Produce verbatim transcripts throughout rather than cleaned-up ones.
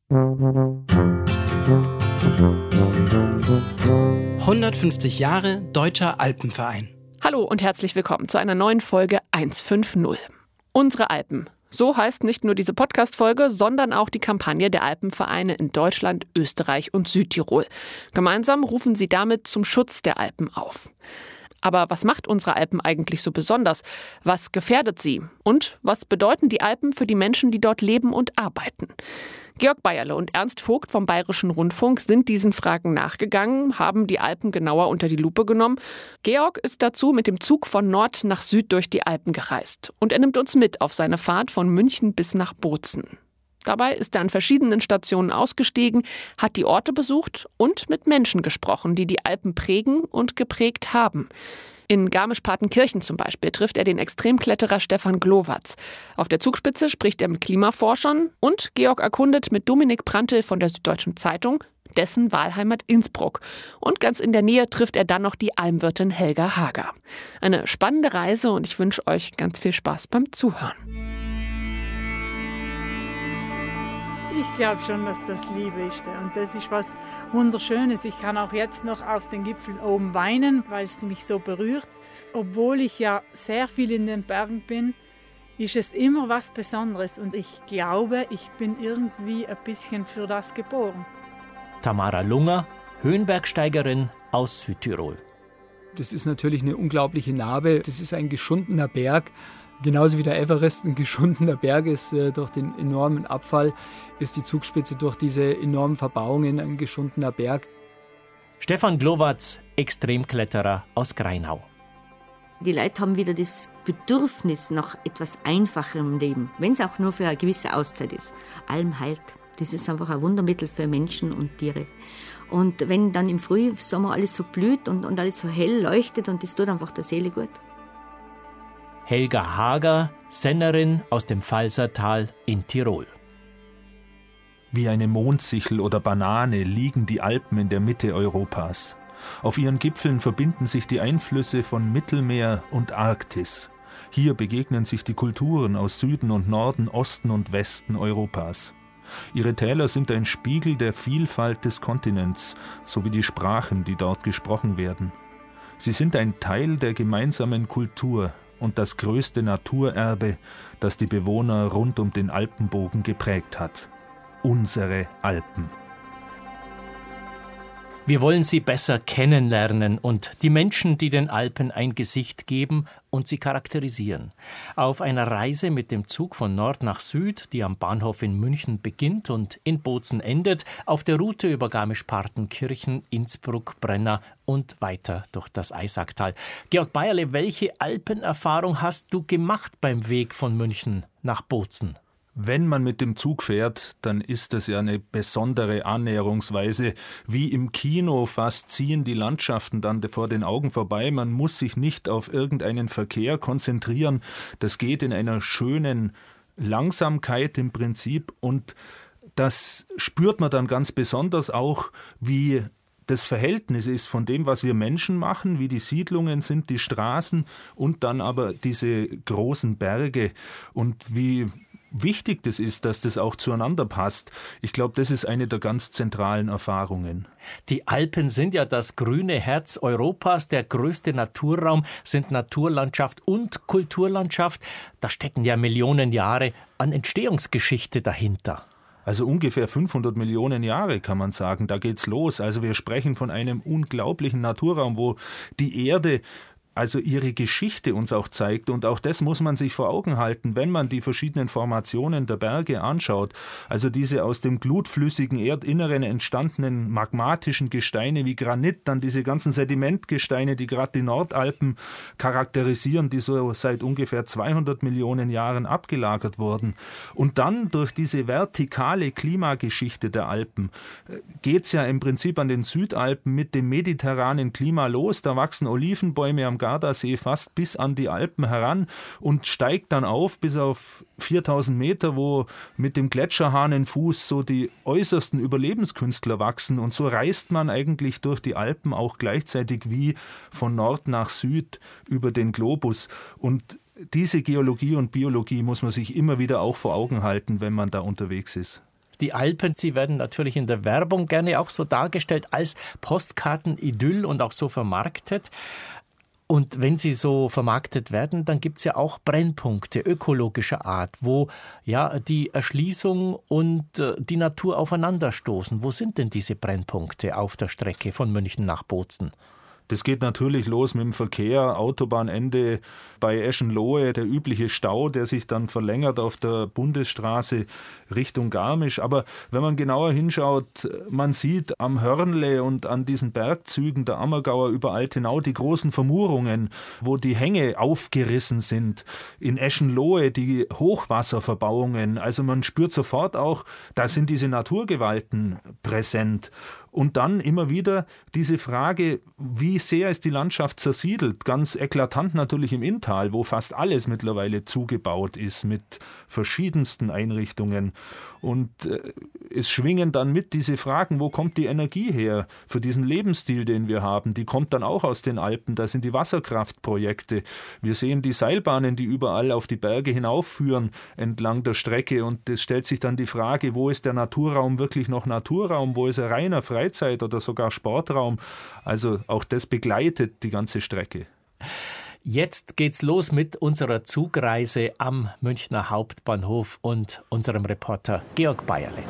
hundertfünfzig Jahre Deutscher Alpenverein. Hallo und herzlich willkommen zu einer neuen Folge hundertfünfzig. Unsere Alpen. So heißt nicht nur diese Podcast-Folge, sondern auch die Kampagne der Alpenvereine in Deutschland, Österreich und Südtirol. Gemeinsam rufen sie damit zum Schutz der Alpen auf. Aber was macht unsere Alpen eigentlich so besonders? Was gefährdet sie? Und was bedeuten die Alpen für die Menschen, die dort leben und arbeiten? Georg Beierle und Ernst Vogt vom Bayerischen Rundfunk sind diesen Fragen nachgegangen, haben die Alpen genauer unter die Lupe genommen. Georg ist dazu mit dem Zug von Nord nach Süd durch die Alpen gereist. Und er nimmt uns mit auf seine Fahrt von München bis nach Bozen. Dabei ist er an verschiedenen Stationen ausgestiegen, hat die Orte besucht und mit Menschen gesprochen, die die Alpen prägen und geprägt haben. In Garmisch-Partenkirchen zum Beispiel trifft er den Extremkletterer Stefan Glowacz. Auf der Zugspitze spricht er mit Klimaforschern und Georg erkundet mit Dominik Prantl von der Süddeutschen Zeitung dessen Wahlheimat Innsbruck. Und ganz in der Nähe trifft er dann noch die Almwirtin Helga Hager. Eine spannende Reise und ich wünsche euch ganz viel Spaß beim Zuhören. Ich glaube schon, dass das Liebe ist und das ist was Wunderschönes. Ich kann auch jetzt noch auf den Gipfel oben weinen, weil es mich so berührt. Obwohl ich ja sehr viel in den Bergen bin, ist es immer was Besonderes und ich glaube, ich bin irgendwie ein bisschen für das geboren. Tamara Lunger, Höhenbergsteigerin aus Südtirol. Das ist natürlich eine unglaubliche Narbe. Das ist ein geschundener Berg. Genauso wie der Everest ein geschundener Berg ist, äh, durch den enormen Abfall, ist die Zugspitze durch diese enormen Verbauungen ein geschundener Berg. Stefan Glowacz, Extremkletterer aus Grainau. Die Leute haben wieder das Bedürfnis nach etwas Einfacherem Leben, wenn es auch nur für eine gewisse Auszeit ist. Alm heilt. Das ist einfach ein Wundermittel für Menschen und Tiere. Und wenn dann im Frühsommer alles so blüht und, und alles so hell leuchtet, und das tut einfach der Seele gut. Helga Hager, Sennerin aus dem Pfalzertal in Tirol. Wie eine Mondsichel oder Banane liegen die Alpen in der Mitte Europas. Auf ihren Gipfeln verbinden sich die Einflüsse von Mittelmeer und Arktis. Hier begegnen sich die Kulturen aus Süden und Norden, Osten und Westen Europas. Ihre Täler sind ein Spiegel der Vielfalt des Kontinents, sowie die Sprachen, die dort gesprochen werden. Sie sind ein Teil der gemeinsamen Kultur und das größte Naturerbe, das die Bewohner rund um den Alpenbogen geprägt hat. Unsere Alpen. Wir wollen sie besser kennenlernen und die Menschen, die den Alpen ein Gesicht geben und sie charakterisieren. Auf einer Reise mit dem Zug von Nord nach Süd, die am Bahnhof in München beginnt und in Bozen endet, auf der Route über Garmisch-Partenkirchen, Innsbruck, Brenna und weiter durch das Eisacktal. Georg Beierle, welche Alpenerfahrung hast du gemacht beim Weg von München nach Bozen? Wenn man mit dem Zug fährt, dann ist das ja eine besondere Annäherungsweise. Wie im Kino fast ziehen die Landschaften dann vor den Augen vorbei. Man muss sich nicht auf irgendeinen Verkehr konzentrieren. Das geht in einer schönen Langsamkeit im Prinzip. Und das spürt man dann ganz besonders auch, wie das Verhältnis ist von dem, was wir Menschen machen, wie die Siedlungen sind, die Straßen und dann aber diese großen Berge und wie wichtig das ist, dass das auch zueinander passt. Ich glaube, das ist eine der ganz zentralen Erfahrungen. Die Alpen sind ja das grüne Herz Europas. Der größte Naturraum sind Naturlandschaft und Kulturlandschaft. Da stecken ja Millionen Jahre an Entstehungsgeschichte dahinter. Also ungefähr fünfhundert Millionen Jahre kann man sagen, da geht's los. Also wir sprechen von einem unglaublichen Naturraum, wo die Erde also ihre Geschichte uns auch zeigt. Und auch das muss man sich vor Augen halten, wenn man die verschiedenen Formationen der Berge anschaut. Also diese aus dem glutflüssigen Erdinneren entstandenen magmatischen Gesteine wie Granit, dann diese ganzen Sedimentgesteine, die gerade die Nordalpen charakterisieren, die so seit ungefähr zweihundert Millionen Jahren abgelagert wurden. Und dann durch diese vertikale Klimageschichte der Alpen geht es ja im Prinzip an den Südalpen mit dem mediterranen Klima los. Da wachsen Olivenbäume am Gardasee fast bis an die Alpen heran und steigt dann auf bis auf viertausend Meter, wo mit dem Gletscherhahnenfuß so die äußersten Überlebenskünstler wachsen. Und so reist man eigentlich durch die Alpen auch gleichzeitig wie von Nord nach Süd über den Globus. Und diese Geologie und Biologie muss man sich immer wieder auch vor Augen halten, wenn man da unterwegs ist. Die Alpen, sie werden natürlich in der Werbung gerne auch so dargestellt als Postkartenidyll und auch so vermarktet. Und wenn sie so vermarktet werden, dann gibt es ja auch Brennpunkte ökologischer Art, wo ja die Erschließung und äh, die Natur aufeinanderstoßen. Wo sind denn diese Brennpunkte auf der Strecke von München nach Bozen? Das geht natürlich los mit dem Verkehr, Autobahnende bei Eschenlohe, der übliche Stau, der sich dann verlängert auf der Bundesstraße Richtung Garmisch. Aber wenn man genauer hinschaut, man sieht am Hörnle und an diesen Bergzügen der Ammergauer über Altenau die großen Vermurungen, wo die Hänge aufgerissen sind. In Eschenlohe die Hochwasserverbauungen. Also man spürt sofort auch, da sind diese Naturgewalten präsent. Und dann immer wieder diese Frage, wie sehr ist die Landschaft zersiedelt? Ganz eklatant natürlich im Inntal, wo fast alles mittlerweile zugebaut ist mit verschiedensten Einrichtungen. Und äh, es schwingen dann mit diese Fragen, wo kommt die Energie her für diesen Lebensstil, den wir haben? Die kommt dann auch aus den Alpen, da sind die Wasserkraftprojekte. Wir sehen die Seilbahnen, die überall auf die Berge hinaufführen entlang der Strecke. Und es stellt sich dann die Frage, wo ist der Naturraum wirklich noch Naturraum? Wo ist er reiner Freizeit- oder sogar Sportraum? Also auch das begleitet die ganze Strecke. Jetzt geht's los mit unserer Zugreise am Münchner Hauptbahnhof und unserem Reporter Georg Bayerle.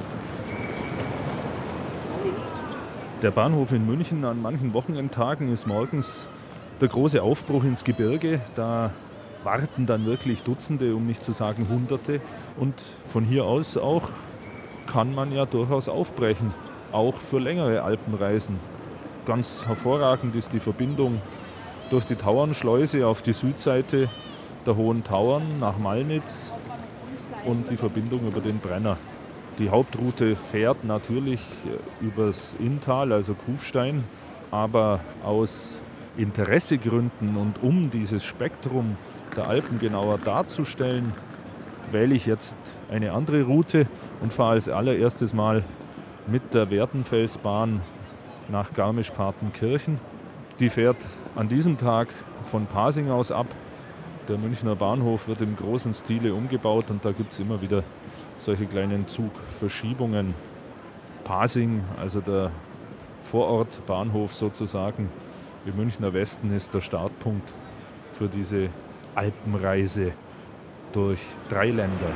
Der Bahnhof in München an manchen Wochenendtagen ist morgens der große Aufbruch ins Gebirge. Da warten dann wirklich Dutzende, um nicht zu sagen Hunderte. Und von hier aus auch kann man ja durchaus aufbrechen, auch für längere Alpenreisen. Ganz hervorragend ist die Verbindung durch die Tauernschleuse auf die Südseite der Hohen Tauern nach Malnitz und die Verbindung über den Brenner. Die Hauptroute fährt natürlich übers Inntal, also Kufstein, aber aus Interessegründen und um dieses Spektrum der Alpen genauer darzustellen, wähle ich jetzt eine andere Route und fahre als allererstes Mal mit der Werdenfelsbahn nach Garmisch-Partenkirchen. Die fährt an diesem Tag von Pasing aus ab. Der Münchner Bahnhof wird im großen Stile umgebaut und da gibt es immer wieder solche kleinen Zugverschiebungen. Pasing, also der Vorortbahnhof sozusagen, im Münchner Westen ist der Startpunkt für diese Alpenreise durch drei Länder.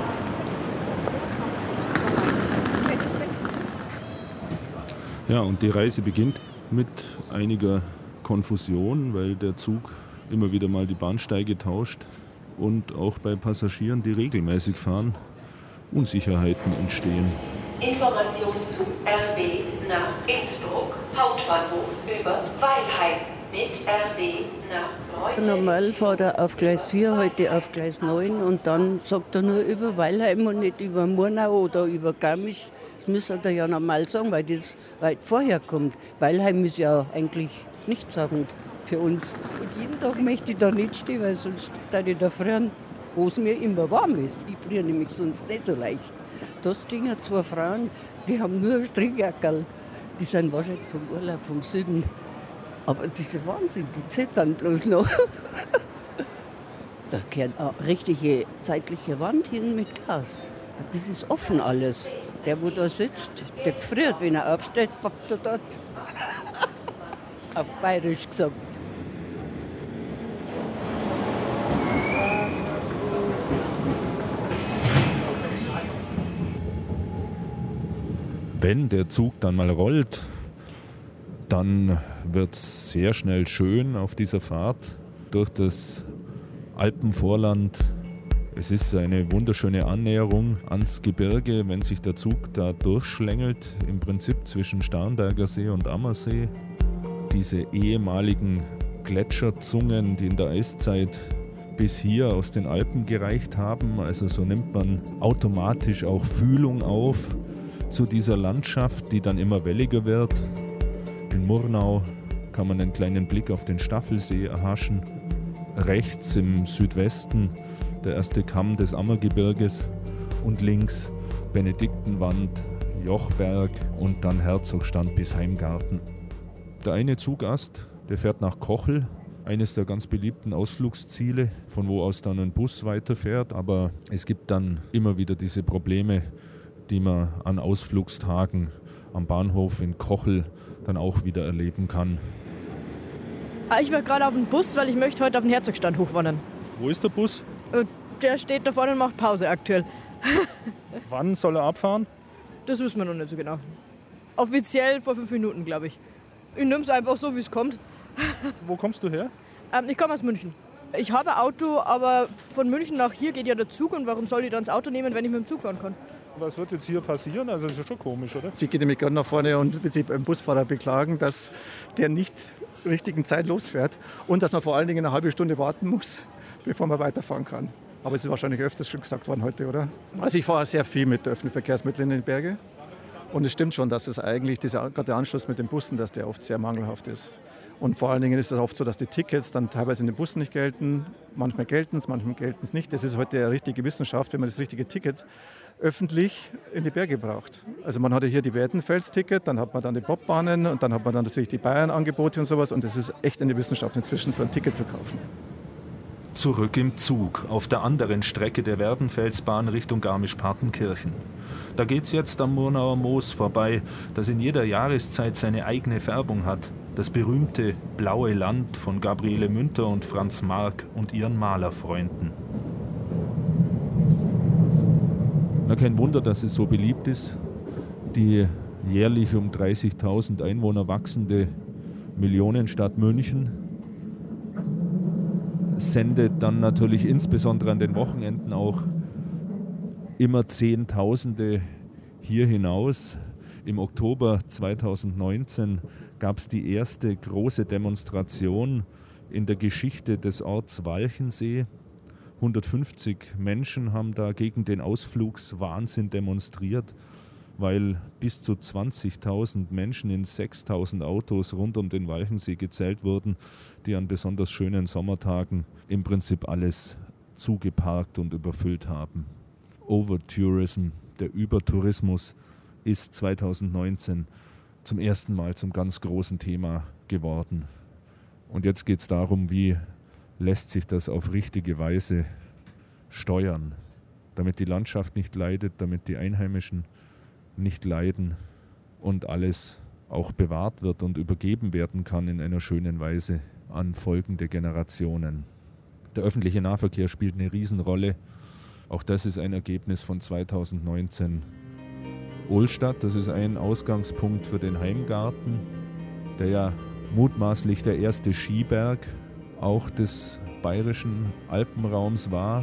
Ja, und die Reise beginnt mit einiger Konfusion, weil der Zug immer wieder mal die Bahnsteige tauscht und auch bei Passagieren, die regelmäßig fahren, Unsicherheiten entstehen. Information zu R B nach Innsbruck, Hauptbahnhof über Weilheim mit R B nach Reutlingen. Normal fährt er auf Gleis vier, heute auf Gleis neun und dann sagt er nur über Weilheim und nicht über Murnau oder über Garmisch. Das müsste er ja normal sagen, weil das weit vorher kommt. Weilheim ist ja eigentlich nichtssagend für uns. Und jeden Tag möchte ich da nicht stehen, weil sonst da ich da frieren, wo es mir immer warm ist. Ich friere nämlich sonst nicht so leicht. Da stehen ja zwei Frauen, die haben nur Strickjackerl. Die sind wahrscheinlich vom Urlaub vom Süden. Aber diese Wahnsinn, die zittern bloß noch. Da gehört eine richtige seitliche Wand hin mit Glas. Das ist offen alles. Der, wo da sitzt, der gefriert, wenn er aufsteht, pappt er dort. Auf Bayerisch gesagt. Wenn der Zug dann mal rollt, dann wird es sehr schnell schön auf dieser Fahrt durch das Alpenvorland. Es ist eine wunderschöne Annäherung ans Gebirge, wenn sich der Zug da durchschlängelt, im Prinzip zwischen Starnberger See und Ammersee. Diese ehemaligen Gletscherzungen, die in der Eiszeit bis hier aus den Alpen gereicht haben, also so nimmt man automatisch auch Fühlung auf zu dieser Landschaft, die dann immer welliger wird. In Murnau kann man einen kleinen Blick auf den Staffelsee erhaschen. Rechts im Südwesten der erste Kamm des Ammergebirges und links Benediktenwand, Jochberg und dann Herzogstand bis Heimgarten. Der eine Zugast, der fährt nach Kochel, eines der ganz beliebten Ausflugsziele, von wo aus dann ein Bus weiterfährt. Aber es gibt dann immer wieder diese Probleme, die man an Ausflugstagen am Bahnhof in Kochel dann auch wieder erleben kann. Ich war gerade auf dem Bus, weil ich möchte heute auf den Herzogstand hochwandern. Wo ist der Bus? Der steht da vorne und macht Pause aktuell. Wann soll er abfahren? Das wissen wir noch nicht so genau. Offiziell vor fünf Minuten, glaube ich. Ich nehme es einfach so, wie es kommt. Wo kommst du her? Ähm, ich komme aus München. Ich habe ein Auto, aber von München nach hier geht ja der Zug. Und warum soll ich dann das Auto nehmen, wenn ich mit dem Zug fahren kann? Was wird jetzt hier passieren? Also das ist ja schon komisch, oder? Sie geht nämlich gerade nach vorne und will sich beim Busfahrer beklagen, dass der nicht richtigen Zeit losfährt und dass man vor allen Dingen eine halbe Stunde warten muss, bevor man weiterfahren kann. Aber es ist wahrscheinlich öfters schon gesagt worden heute, oder? Also ich fahre sehr viel mit öffentlichen Verkehrsmitteln in den Bergen. Und es stimmt schon, dass es eigentlich, dieser, gerade der Anschluss mit den Bussen, dass der oft sehr mangelhaft ist. Und vor allen Dingen ist es oft so, dass die Tickets dann teilweise in den Bussen nicht gelten. Manchmal gelten es, manchmal gelten es nicht. Das ist heute eine richtige Wissenschaft, wenn man das richtige Ticket öffentlich in die Berge braucht. Also man hatte hier die Werdenfels-Ticket, dann hat man dann die Bobbahnen und dann hat man dann natürlich die Bayern-Angebote und sowas. Und es ist echt eine Wissenschaft inzwischen, so ein Ticket zu kaufen. Zurück im Zug, auf der anderen Strecke der Werdenfelsbahn Richtung Garmisch-Partenkirchen. Da geht's jetzt am Murnauer Moos vorbei, das in jeder Jahreszeit seine eigene Färbung hat. Das berühmte Blaue Land von Gabriele Münter und Franz Marc und ihren Malerfreunden. Na, kein Wunder, dass es so beliebt ist. Die jährlich um dreißigtausend Einwohner wachsende Millionenstadt München sendet dann natürlich insbesondere an den Wochenenden auch immer Zehntausende hier hinaus. Im Oktober zweitausendneunzehn gab es die erste große Demonstration in der Geschichte des Orts Walchensee. hundertfünfzig Menschen haben da gegen den Ausflugswahnsinn demonstriert, weil bis zu zwanzigtausend Menschen in sechstausend Autos rund um den Walchensee gezählt wurden, die an besonders schönen Sommertagen im Prinzip alles zugeparkt und überfüllt haben. Overtourism, der Übertourismus, ist zweitausendneunzehn zum ersten Mal zum ganz großen Thema geworden. Und jetzt geht es darum, wie lässt sich das auf richtige Weise steuern, damit die Landschaft nicht leidet, damit die Einheimischen nicht leiden und alles auch bewahrt wird und übergeben werden kann in einer schönen Weise an folgende Generationen. Der öffentliche Nahverkehr spielt eine Riesenrolle. Auch das ist ein Ergebnis von zweitausendneunzehn. Ohlstadt, das ist ein Ausgangspunkt für den Heimgarten, der ja mutmaßlich der erste Skiberg auch des bayerischen Alpenraums war.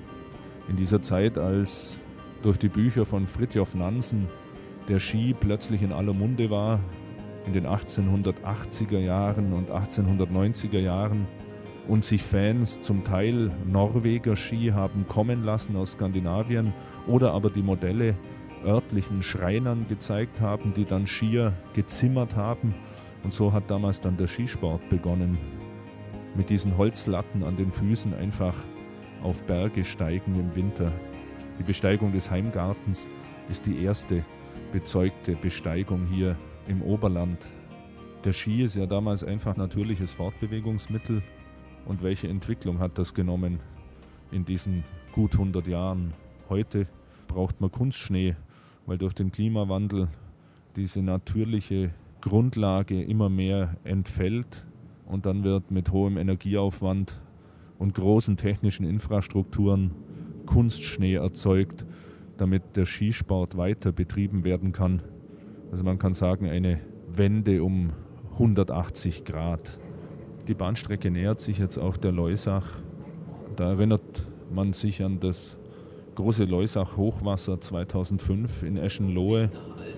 In dieser Zeit, als durch die Bücher von Fridtjof Nansen der Ski plötzlich in aller Munde war, in den achtzehnhundertachtziger Jahren und achtzehnhundertneunziger Jahren, und sich Fans zum Teil Norweger Ski haben kommen lassen aus Skandinavien oder aber die Modelle örtlichen Schreinern gezeigt haben, die dann Skier gezimmert haben. Und so hat damals dann der Skisport begonnen. Mit diesen Holzlatten an den Füßen einfach auf Berge steigen im Winter. Die Besteigung des Heimgartens ist die erste bezeugte Besteigung hier im Oberland. Der Ski ist ja damals einfach natürliches Fortbewegungsmittel. Und welche Entwicklung hat das genommen in diesen gut hundert Jahren? Heute braucht man Kunstschnee, weil durch den Klimawandel diese natürliche Grundlage immer mehr entfällt und dann wird mit hohem Energieaufwand und großen technischen Infrastrukturen Kunstschnee erzeugt, damit der Skisport weiter betrieben werden kann. Also man kann sagen, eine Wende um hundertachtzig Grad. Die Bahnstrecke nähert sich jetzt auch der Loisach. Da erinnert man sich an das große Loisach-Hochwasser zweitausendfünf in Eschenlohe,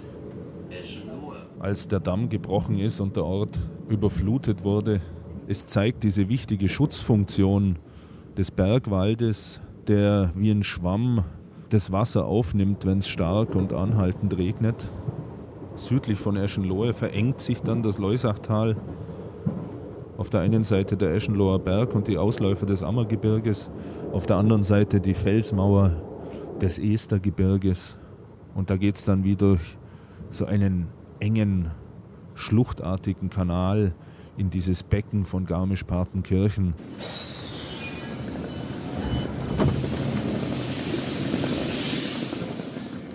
als der Damm gebrochen ist und der Ort überflutet wurde. Es zeigt diese wichtige Schutzfunktion des Bergwaldes, der wie ein Schwamm das Wasser aufnimmt, wenn es stark und anhaltend regnet. Südlich von Eschenlohe verengt sich dann das Loisachtal. Auf der einen Seite der Eschenloher Berg und die Ausläufer des Ammergebirges, auf der anderen Seite die Felsmauer des Estergebirges. Und da geht es dann wie durch so einen engen, schluchtartigen Kanal in dieses Becken von Garmisch-Partenkirchen.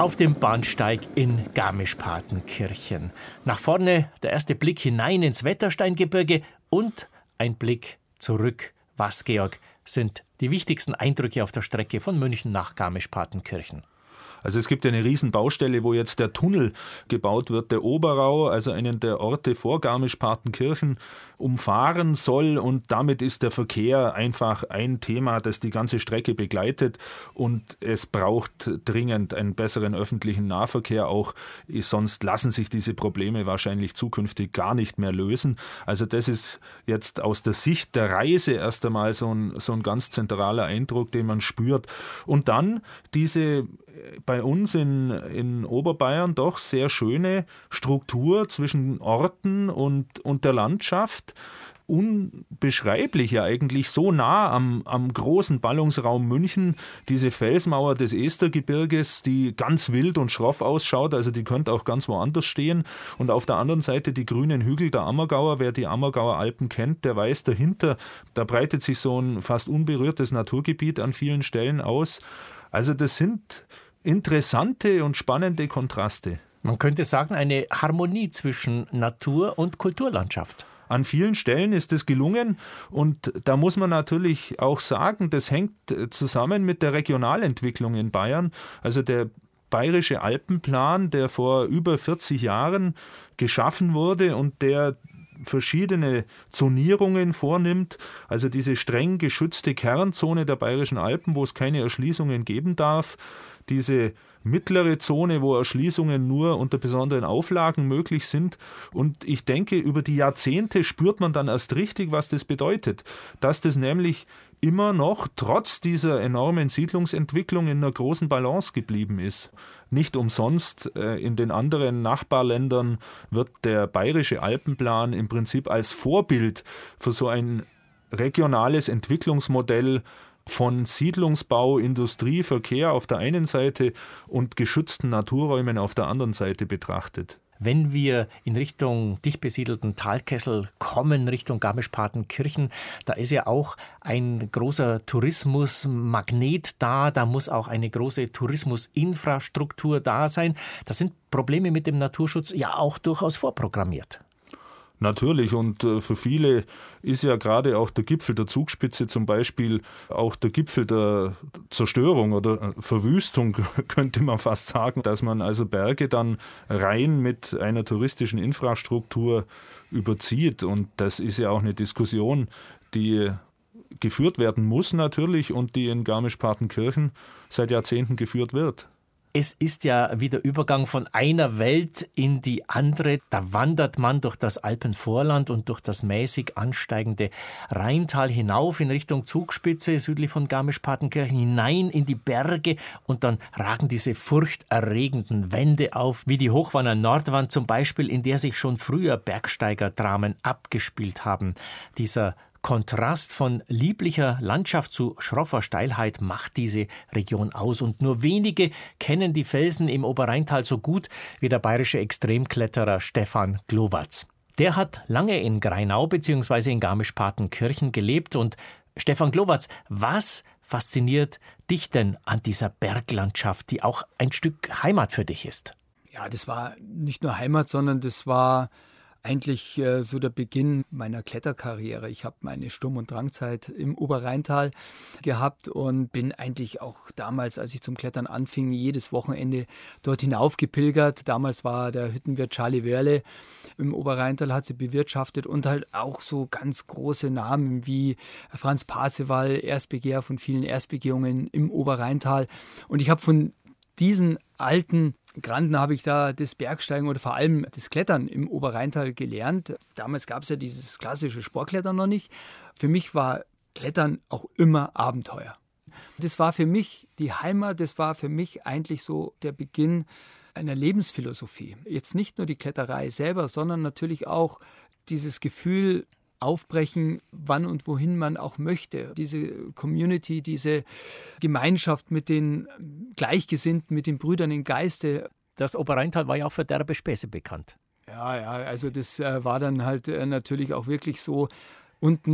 auf dem Bahnsteig in Garmisch-Partenkirchen. Nach vorne der erste Blick hinein ins Wettersteingebirge und ein Blick zurück. Was, Georg, sind die wichtigsten Eindrücke auf der Strecke von München nach Garmisch-Partenkirchen? Also es gibt eine riesen Baustelle, wo jetzt der Tunnel gebaut wird, der Oberrau, also einen der Orte vor Garmisch-Partenkirchen, umfahren soll, und damit ist der Verkehr einfach ein Thema, das die ganze Strecke begleitet, und es braucht dringend einen besseren öffentlichen Nahverkehr auch, sonst lassen sich diese Probleme wahrscheinlich zukünftig gar nicht mehr lösen. Also das ist jetzt aus der Sicht der Reise erst einmal so ein, so ein ganz zentraler Eindruck, den man spürt. Und dann diese bei uns in, in Oberbayern doch sehr schöne Struktur zwischen Orten und, und der Landschaft. Unbeschreiblich ja eigentlich, so nah am, am großen Ballungsraum München, diese Felsmauer des Estergebirges, die ganz wild und schroff ausschaut, also die könnte auch ganz woanders stehen, und auf der anderen Seite die grünen Hügel der Ammergauer. Wer die Ammergauer Alpen kennt, der weiß, dahinter, da breitet sich so ein fast unberührtes Naturgebiet an vielen Stellen aus. Also das sind interessante und spannende Kontraste. Man könnte sagen, eine Harmonie zwischen Natur und Kulturlandschaft. An vielen Stellen ist es gelungen, und da muss man natürlich auch sagen, das hängt zusammen mit der Regionalentwicklung in Bayern. Also der Bayerische Alpenplan, der vor über vierzig Jahren geschaffen wurde und der verschiedene Zonierungen vornimmt, also diese streng geschützte Kernzone der Bayerischen Alpen, wo es keine Erschließungen geben darf, diese mittlere Zone, wo Erschließungen nur unter besonderen Auflagen möglich sind. Und ich denke, über die Jahrzehnte spürt man dann erst richtig, was das bedeutet. Dass das nämlich immer noch trotz dieser enormen Siedlungsentwicklung in einer großen Balance geblieben ist. Nicht umsonst äh, in den anderen Nachbarländern wird der Bayerische Alpenplan im Prinzip als Vorbild für so ein regionales Entwicklungsmodell von Siedlungsbau, Industrie, Verkehr auf der einen Seite und geschützten Naturräumen auf der anderen Seite betrachtet. Wenn wir in Richtung dicht besiedelten Talkessel kommen, Richtung Garmisch-Partenkirchen, da ist ja auch ein großer Tourismusmagnet da, da muss auch eine große Tourismusinfrastruktur da sein. Da sind Probleme mit dem Naturschutz ja auch durchaus vorprogrammiert. Natürlich, und für viele ist ja gerade auch der Gipfel der Zugspitze zum Beispiel auch der Gipfel der Zerstörung oder Verwüstung, könnte man fast sagen, dass man also Berge dann rein mit einer touristischen Infrastruktur überzieht, und das ist ja auch eine Diskussion, die geführt werden muss natürlich und die in Garmisch-Partenkirchen seit Jahrzehnten geführt wird. Es ist ja wie der Übergang von einer Welt in die andere. Da wandert man durch das Alpenvorland und durch das mäßig ansteigende Rheintal hinauf in Richtung Zugspitze, südlich von Garmisch-Partenkirchen, hinein in die Berge, und dann ragen diese furchterregenden Wände auf, wie die Hochwanner Nordwand zum Beispiel, in der sich schon früher Bergsteigerdramen abgespielt haben. Dieser Kontrast von lieblicher Landschaft zu schroffer Steilheit macht diese Region aus. Und nur wenige kennen die Felsen im Oberrheintal so gut wie der bayerische Extremkletterer Stefan Glowacz. Der hat lange in Grainau bzw. in Garmisch-Partenkirchen gelebt. Und Stefan Glowacz, was fasziniert dich denn an dieser Berglandschaft, die auch ein Stück Heimat für dich ist? Ja, das war nicht nur Heimat, sondern das war eigentlich äh, so der Beginn meiner Kletterkarriere. Ich habe meine Sturm- und Drangzeit im Oberrheintal gehabt und bin eigentlich auch damals, als ich zum Klettern anfing, jedes Wochenende dort hinauf gepilgert. Damals war der Hüttenwirt Charlie Wörle im Oberrheintal, hat sie bewirtschaftet, und halt auch so ganz große Namen wie Franz Parzival, Erstbegeher von vielen Erstbegehungen im Oberrheintal. Und ich habe von diesen alten Granden habe ich da das Bergsteigen oder vor allem das Klettern im Oberrheintal gelernt. Damals gab es ja dieses klassische Sportklettern noch nicht. Für mich war Klettern auch immer Abenteuer. Das war für mich die Heimat, das war für mich eigentlich so der Beginn einer Lebensphilosophie. Jetzt nicht nur die Kletterei selber, sondern natürlich auch dieses Gefühl, aufbrechen, wann und wohin man auch möchte. Diese Community, diese Gemeinschaft mit den Gleichgesinnten, mit den Brüdern im Geiste. Das Oberrheintal war ja auch für derbe Späße bekannt. Ja, ja, also das äh, war dann halt äh, natürlich auch wirklich so. Unten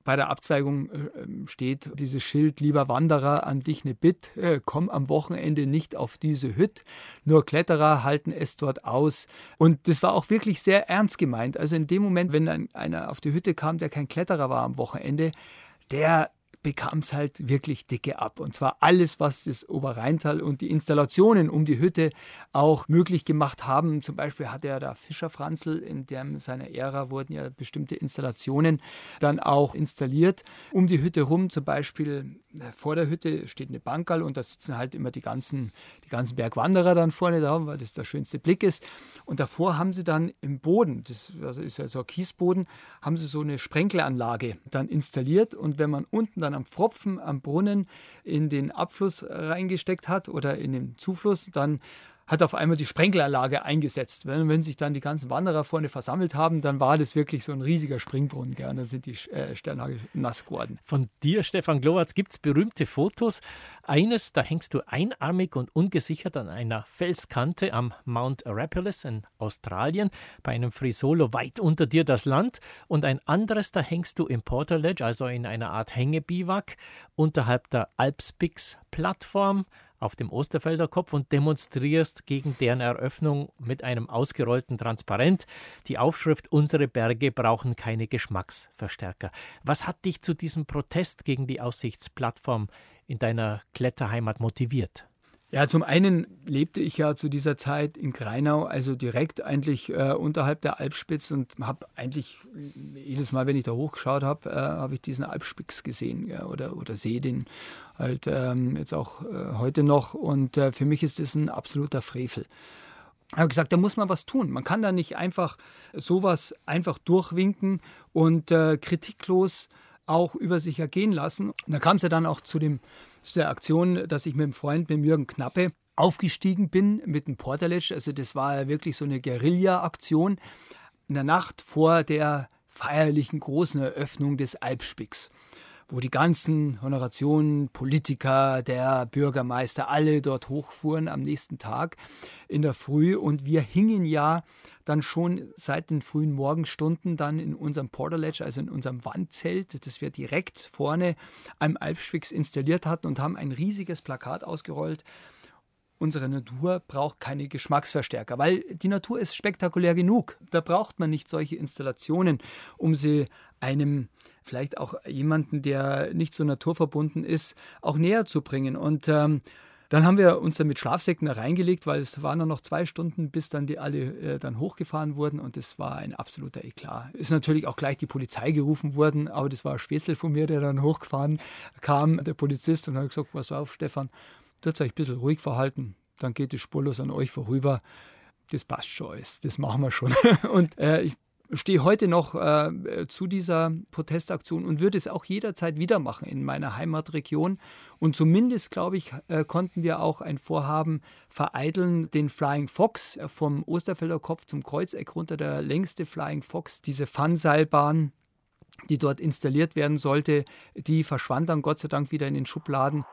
Bei der Abzweigung äh, steht dieses Schild: Lieber Wanderer, an dich ne Bitt, äh, komm am Wochenende nicht auf diese Hütt, nur Kletterer halten es dort aus. Und das war auch wirklich sehr ernst gemeint. Also in dem Moment, wenn ein, einer auf die Hütte kam, der kein Kletterer war am Wochenende, der bekam es halt wirklich dicke ab. Und zwar alles, was das Oberrheintal und die Installationen um die Hütte auch möglich gemacht haben. Zum Beispiel hat er da Fischer Franzl, in dem seiner Ära wurden ja bestimmte Installationen dann auch installiert. Um die Hütte rum, zum Beispiel vor der Hütte steht eine Bankerl und da sitzen halt immer die ganzen, die ganzen Bergwanderer dann vorne da, weil das der schönste Blick ist. Und davor haben sie dann im Boden, das ist ja so ein Kiesboden, haben sie so eine Sprenkelanlage dann installiert. Und wenn man unten dann am Pfropfen, am Brunnen in den Abfluss reingesteckt hat oder in den Zufluss, dann hat auf einmal die Sprenkelanlage eingesetzt. Wenn, wenn sich dann die ganzen Wanderer vorne versammelt haben, dann war das wirklich so ein riesiger Springbrunnen. Gell? Und dann sind die äh, Sternhagel nass geworden. Von dir, Stefan Glowacz, gibt es berühmte Fotos. Eines, da hängst du einarmig und ungesichert an einer Felskante am Mount Arapiles in Australien, bei einem Frisolo weit unter dir das Land. Und ein anderes, da hängst du im Porterledge, also in einer Art Hängebiwak, unterhalb der Alpspix-Plattform auf dem Osterfelder Kopf und demonstrierst gegen deren Eröffnung mit einem ausgerollten Transparent. Die Aufschrift: Unsere Berge brauchen keine Geschmacksverstärker. Was hat dich zu diesem Protest gegen die Aussichtsplattform in deiner Kletterheimat motiviert? Ja, zum einen lebte ich ja zu dieser Zeit in Grainau, also direkt eigentlich äh, unterhalb der Alpspitze, und habe eigentlich jedes Mal, wenn ich da hochgeschaut habe, äh, habe ich diesen Alpspix gesehen, ja, oder, oder sehe den halt ähm, jetzt auch äh, heute noch, und äh, für mich ist das ein absoluter Frevel. Ich habe gesagt, da muss man was tun. Man kann da nicht einfach sowas einfach durchwinken und äh, kritiklos auch über sich ergehen lassen. Und da kam es ja dann auch zu dem zu der Aktion, dass ich mit dem Freund, mit Jürgen Knappe, aufgestiegen bin mit dem Porterledge. Also das war ja wirklich so eine Guerilla-Aktion in der Nacht vor der feierlichen großen Eröffnung des Alpspix, wo die ganzen Honorationen, Politiker, der Bürgermeister, alle dort hochfuhren am nächsten Tag in der Früh. Und wir hingen ja dann schon seit den frühen Morgenstunden dann in unserem Porterledge, also in unserem Wandzelt, das wir direkt vorne am Alpspix installiert hatten, und haben ein riesiges Plakat ausgerollt: Unsere Natur braucht keine Geschmacksverstärker, weil die Natur ist spektakulär genug. Da braucht man nicht solche Installationen, um sie einem, vielleicht auch jemanden, der nicht so naturverbunden ist, auch näher zu bringen. Und ähm, dann haben wir uns dann mit Schlafsäcken da reingelegt, weil es waren nur noch zwei Stunden, bis dann die alle äh, dann hochgefahren wurden, und das war ein absoluter Eklat. Ist natürlich auch gleich die Polizei gerufen worden, aber das war ein Späßel von mir, der dann hochgefahren kam, der Polizist, und hat gesagt: Pass auf, Stefan, tut euch ein bisschen ruhig verhalten, dann geht es spurlos an euch vorüber. Das passt schon alles, das machen wir schon. Und äh, ich stehe heute noch äh, zu dieser Protestaktion und würde es auch jederzeit wieder machen in meiner Heimatregion. Und zumindest, glaube ich, äh, konnten wir auch ein Vorhaben vereiteln, den Flying Fox vom Osterfelder Kopf zum Kreuzeck runter, der längste Flying Fox, diese Fun-Seilbahn, die dort installiert werden sollte, die verschwand dann Gott sei Dank wieder in den Schubladen.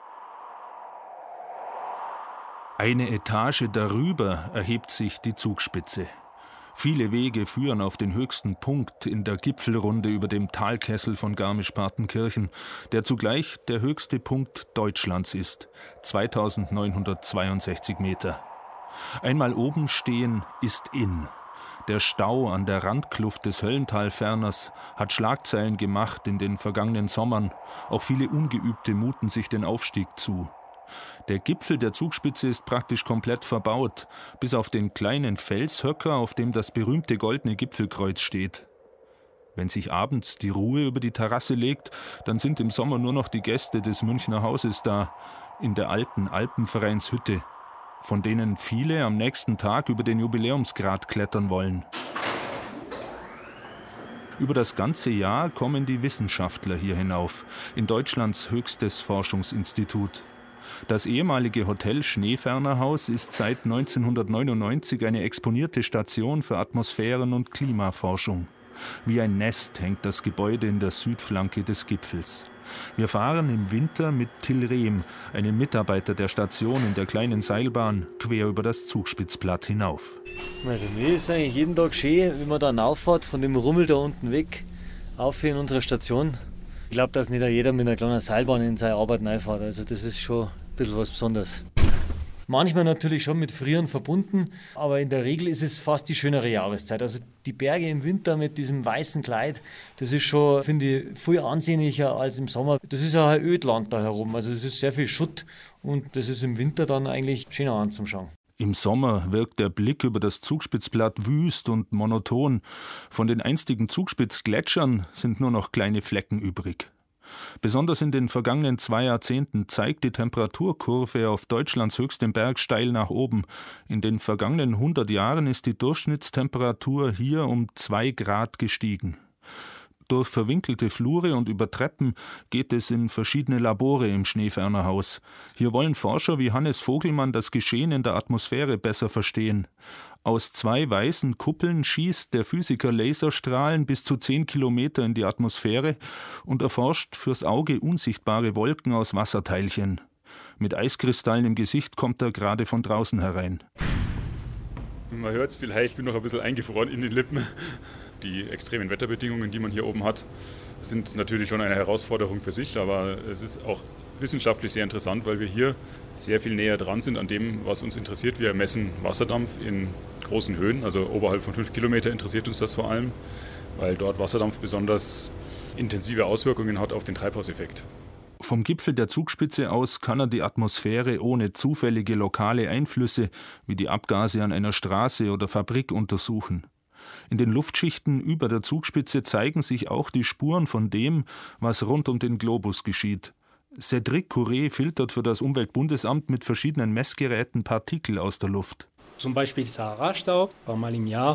Eine Etage darüber erhebt sich die Zugspitze. Viele Wege führen auf den höchsten Punkt in der Gipfelrunde über dem Talkessel von Garmisch-Partenkirchen, der zugleich der höchste Punkt Deutschlands ist, zweitausendneunhundertzweiundsechzig Meter. Einmal oben stehen ist in. Der Stau an der Randkluft des Höllentalferners hat Schlagzeilen gemacht in den vergangenen Sommern. Auch viele Ungeübte muten sich den Aufstieg zu. Der Gipfel der Zugspitze ist praktisch komplett verbaut, bis auf den kleinen Felshöcker, auf dem das berühmte goldene Gipfelkreuz steht. Wenn sich abends die Ruhe über die Terrasse legt, dann sind im Sommer nur noch die Gäste des Münchner Hauses da, in der alten Alpenvereinshütte, von denen viele am nächsten Tag über den Jubiläumsgrat klettern wollen. Über das ganze Jahr kommen die Wissenschaftler hier hinauf, in Deutschlands höchstes Forschungsinstitut. Das ehemalige Hotel Schneefernerhaus ist seit neunzehnhundertneunundneunzig eine exponierte Station für Atmosphären- und Klimaforschung. Wie ein Nest hängt das Gebäude in der Südflanke des Gipfels. Wir fahren im Winter mit Till Rehm, einem Mitarbeiter der Station, in der kleinen Seilbahn quer über das Zugspitzplatt hinauf. Für mich ist es eigentlich jeden Tag schön, wenn man da rauffährt, von dem Rummel da unten weg, auf in unsere Station. Ich glaube, dass nicht jeder mit einer kleinen Seilbahn in seine Arbeit reinfährt. Also das ist schon ein bisschen was Besonderes. Manchmal natürlich schon mit Frieren verbunden, aber in der Regel ist es fast die schönere Jahreszeit. Also die Berge im Winter mit diesem weißen Kleid, das ist schon, finde ich, viel ansehnlicher als im Sommer. Das ist ja ein Ödland da herum, also es ist sehr viel Schutt und das ist im Winter dann eigentlich schöner anzuschauen. Im Sommer wirkt der Blick über das Zugspitzplatt wüst und monoton. Von den einstigen Zugspitzgletschern sind nur noch kleine Flecken übrig. Besonders in den vergangenen zwei Jahrzehnten zeigt die Temperaturkurve auf Deutschlands höchstem Berg steil nach oben. In den vergangenen hundert Jahren ist die Durchschnittstemperatur hier um zwei Grad gestiegen. Durch verwinkelte Flure und über Treppen geht es in verschiedene Labore im Schneefernerhaus. Hier wollen Forscher wie Hannes Vogelmann das Geschehen in der Atmosphäre besser verstehen. Aus zwei weißen Kuppeln schießt der Physiker Laserstrahlen bis zu zehn Kilometer in die Atmosphäre und erforscht fürs Auge unsichtbare Wolken aus Wasserteilchen. Mit Eiskristallen im Gesicht kommt er gerade von draußen herein. Man hört es vielleicht, ich bin noch ein bisschen eingefroren in den Lippen. Die extremen Wetterbedingungen, die man hier oben hat, sind natürlich schon eine Herausforderung für sich, aber es ist auch wissenschaftlich sehr interessant, weil wir hier sehr viel näher dran sind an dem, was uns interessiert. Wir messen Wasserdampf in großen Höhen, also oberhalb von fünf Kilometer interessiert uns das vor allem, weil dort Wasserdampf besonders intensive Auswirkungen hat auf den Treibhauseffekt. Vom Gipfel der Zugspitze aus kann er die Atmosphäre ohne zufällige lokale Einflüsse wie die Abgase an einer Straße oder Fabrik untersuchen. In den Luftschichten über der Zugspitze zeigen sich auch die Spuren von dem, was rund um den Globus geschieht. Cédric Courret filtert für das Umweltbundesamt mit verschiedenen Messgeräten Partikel aus der Luft. Zum Beispiel Sahara-Staub, ein paar Mal im Jahr.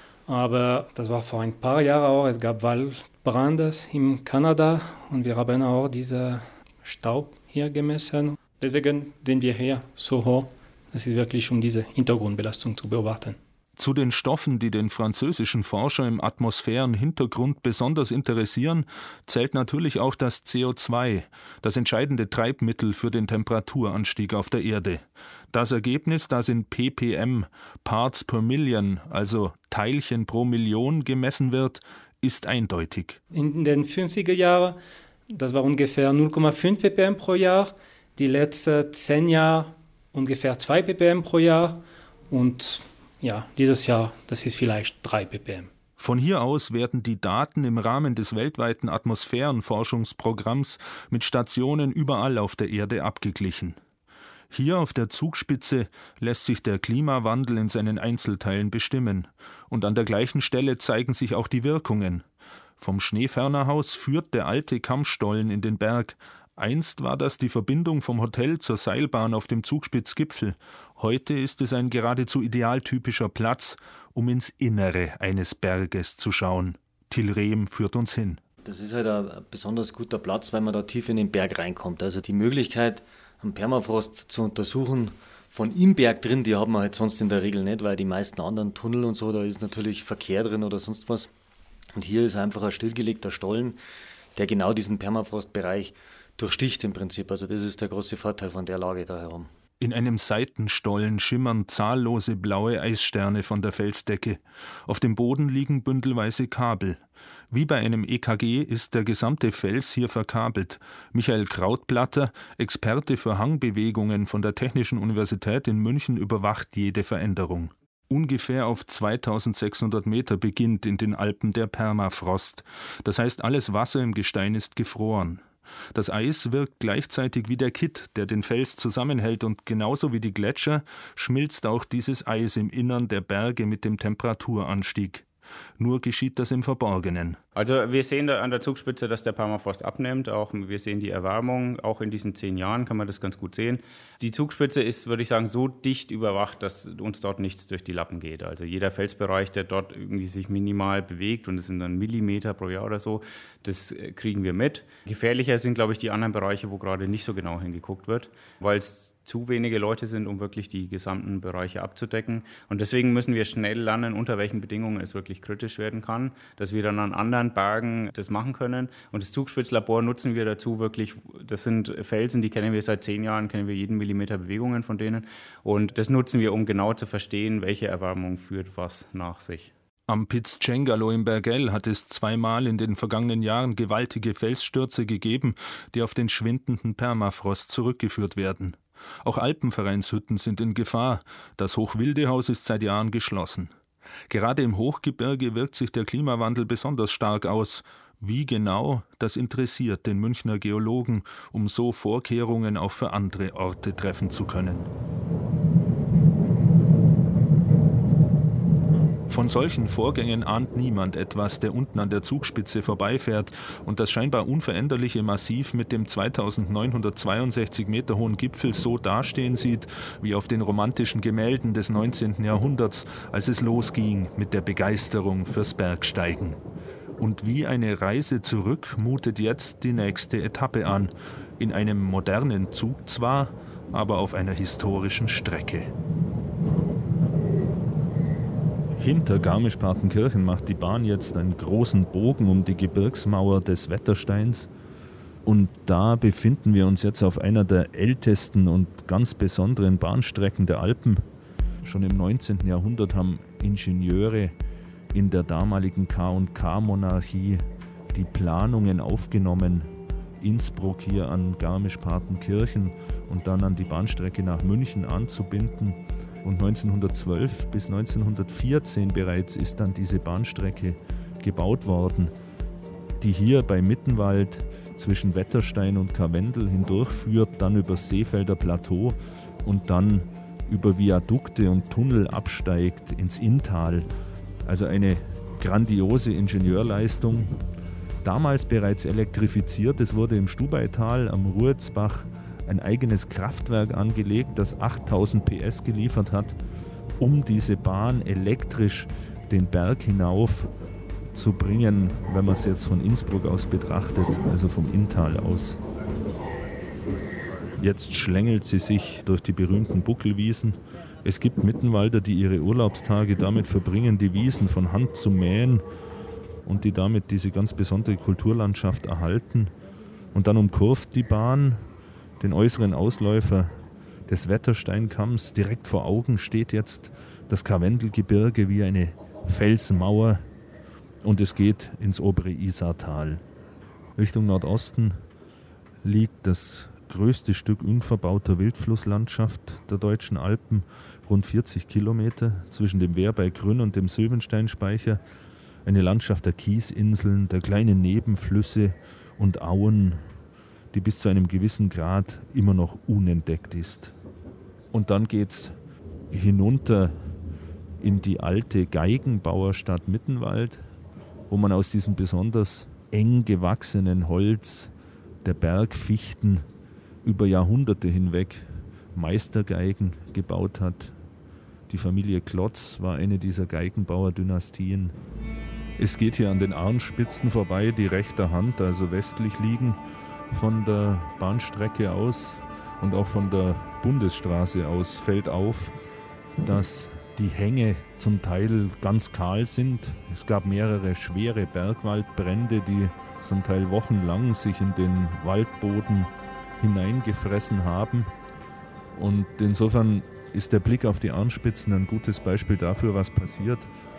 Aber das war vor ein paar Jahren auch. Es gab Waldbrände in Kanada und wir haben auch diesen Staub hier gemessen. Deswegen sind wir hier so hoch. Das ist wirklich, um diese Hintergrundbelastung zu beobachten. Zu den Stoffen, die den französischen Forscher im Atmosphärenhintergrund besonders interessieren, zählt natürlich auch das C O zwei, das entscheidende Treibmittel für den Temperaturanstieg auf der Erde. Das Ergebnis, das in ppm, Parts per Million, also Teilchen pro Million, gemessen wird, ist eindeutig. In den fünfziger Jahren, das war ungefähr null Komma fünf ppm pro Jahr, die letzten zehn Jahre ungefähr zwei ppm pro Jahr und ja, dieses Jahr, das ist vielleicht drei ppm. Von hier aus werden die Daten im Rahmen des weltweiten Atmosphärenforschungsprogramms mit Stationen überall auf der Erde abgeglichen. Hier auf der Zugspitze lässt sich der Klimawandel in seinen Einzelteilen bestimmen. Und an der gleichen Stelle zeigen sich auch die Wirkungen. Vom Schneefernerhaus führt der alte Kammstollen in den Berg. Einst war das die Verbindung vom Hotel zur Seilbahn auf dem Zugspitzgipfel. Heute ist es ein geradezu idealtypischer Platz, um ins Innere eines Berges zu schauen. Till Rehm führt uns hin. Das ist halt ein besonders guter Platz, weil man da tief in den Berg reinkommt. Also die Möglichkeit, einen Permafrost zu untersuchen, von im Berg drin, die haben wir halt sonst in der Regel nicht, weil die meisten anderen Tunnel und so, da ist natürlich Verkehr drin oder sonst was. Und hier ist einfach ein stillgelegter Stollen, der genau diesen Permafrostbereich durchsticht im Prinzip. Also das ist der große Vorteil von der Lage da herum. In einem Seitenstollen schimmern zahllose blaue Eissterne von der Felsdecke. Auf dem Boden liegen bündelweise Kabel. Wie bei einem E K G ist der gesamte Fels hier verkabelt. Michael Krautblatter, Experte für Hangbewegungen von der Technischen Universität in München, überwacht jede Veränderung. Ungefähr auf zweitausendsechshundert Meter beginnt in den Alpen der Permafrost. Das heißt, alles Wasser im Gestein ist gefroren. Das Eis wirkt gleichzeitig wie der Kitt, der den Fels zusammenhält, und genauso wie die Gletscher schmilzt auch dieses Eis im Innern der Berge mit dem Temperaturanstieg. Nur geschieht das im Verborgenen. Also wir sehen da an der Zugspitze, dass der Permafrost abnimmt. Auch wir sehen die Erwärmung. Auch in diesen zehn Jahren kann man das ganz gut sehen. Die Zugspitze ist, würde ich sagen, so dicht überwacht, dass uns dort nichts durch die Lappen geht. Also jeder Felsbereich, der dort irgendwie sich minimal bewegt, und es sind dann Millimeter pro Jahr oder so, das kriegen wir mit. Gefährlicher sind, glaube ich, die anderen Bereiche, wo gerade nicht so genau hingeguckt wird, weil es zu wenige Leute sind, um wirklich die gesamten Bereiche abzudecken. Und deswegen müssen wir schnell lernen, unter welchen Bedingungen es wirklich kritisch werden kann, dass wir dann an anderen Bergen das machen können. Und das Zugspitzlabor nutzen wir dazu wirklich, das sind Felsen, die kennen wir seit zehn Jahren, kennen wir jeden Millimeter Bewegungen von denen. Und das nutzen wir, um genau zu verstehen, welche Erwärmung führt was nach sich. Am Piz Cengalo im Bergell hat es zweimal in den vergangenen Jahren gewaltige Felsstürze gegeben, die auf den schwindenden Permafrost zurückgeführt werden. Auch Alpenvereinshütten sind in Gefahr. Das Hochwildehaus ist seit Jahren geschlossen. Gerade im Hochgebirge wirkt sich der Klimawandel besonders stark aus. Wie genau, das interessiert den Münchner Geologen, um so Vorkehrungen auch für andere Orte treffen zu können. Von solchen Vorgängen ahnt niemand etwas, der unten an der Zugspitze vorbeifährt und das scheinbar unveränderliche Massiv mit dem zweitausendneunhundertzweiundsechzig Meter hohen Gipfel so dastehen sieht, wie auf den romantischen Gemälden des neunzehnten Jahrhunderts, als es losging mit der Begeisterung fürs Bergsteigen. Und wie eine Reise zurück mutet jetzt die nächste Etappe an, in einem modernen Zug zwar, aber auf einer historischen Strecke. Hinter Garmisch-Partenkirchen macht die Bahn jetzt einen großen Bogen um die Gebirgsmauer des Wettersteins. Und da befinden wir uns jetzt auf einer der ältesten und ganz besonderen Bahnstrecken der Alpen. Schon im neunzehnten Jahrhundert haben Ingenieure in der damaligen K und K-Monarchie die Planungen aufgenommen, Innsbruck hier an Garmisch-Partenkirchen und dann an die Bahnstrecke nach München anzubinden. Und neunzehnhundertzwölf bis neunzehnhundertvierzehn bereits ist dann diese Bahnstrecke gebaut worden, die hier bei Mittenwald zwischen Wetterstein und Karwendel hindurchführt, dann über das Seefelder Plateau und dann über Viadukte und Tunnel absteigt ins Inntal. Also eine grandiose Ingenieurleistung. Damals bereits elektrifiziert, es wurde im Stubaital am Ruetzbach ein eigenes Kraftwerk angelegt, das achttausend P S geliefert hat, um diese Bahn elektrisch den Berg hinauf zu bringen, wenn man es jetzt von Innsbruck aus betrachtet, also vom Inntal aus. Jetzt schlängelt sie sich durch die berühmten Buckelwiesen. Es gibt Mittenwalder, die ihre Urlaubstage damit verbringen, die Wiesen von Hand zu mähen und die damit diese ganz besondere Kulturlandschaft erhalten. Und dann umkurvt die Bahn den äußeren Ausläufer des Wettersteinkamms. Direkt vor Augen steht jetzt das Karwendelgebirge wie eine Felsmauer und es geht ins obere Isartal. Richtung Nordosten liegt das größte Stück unverbauter Wildflusslandschaft der deutschen Alpen, rund vierzig Kilometer zwischen dem Wehr bei Grünn und dem Sylvensteinspeicher. Eine Landschaft der Kiesinseln, der kleinen Nebenflüsse und Auen, die bis zu einem gewissen Grad immer noch unentdeckt ist. Und dann geht's hinunter in die alte Geigenbauerstadt Mittenwald, wo man aus diesem besonders eng gewachsenen Holz der Bergfichten über Jahrhunderte hinweg Meistergeigen gebaut hat. Die Familie Klotz war eine dieser Geigenbauerdynastien. Es geht hier an den Arnspitzen vorbei, die rechter Hand, also westlich liegen, von der Bahnstrecke aus und auch von der Bundesstraße aus fällt auf, dass die Hänge zum Teil ganz kahl sind. Es gab mehrere schwere Bergwaldbrände, die zum Teil wochenlang sich in den Waldboden hineingefressen haben. Und insofern ist der Blick auf die Arnspitzen ein gutes Beispiel dafür, was passiert,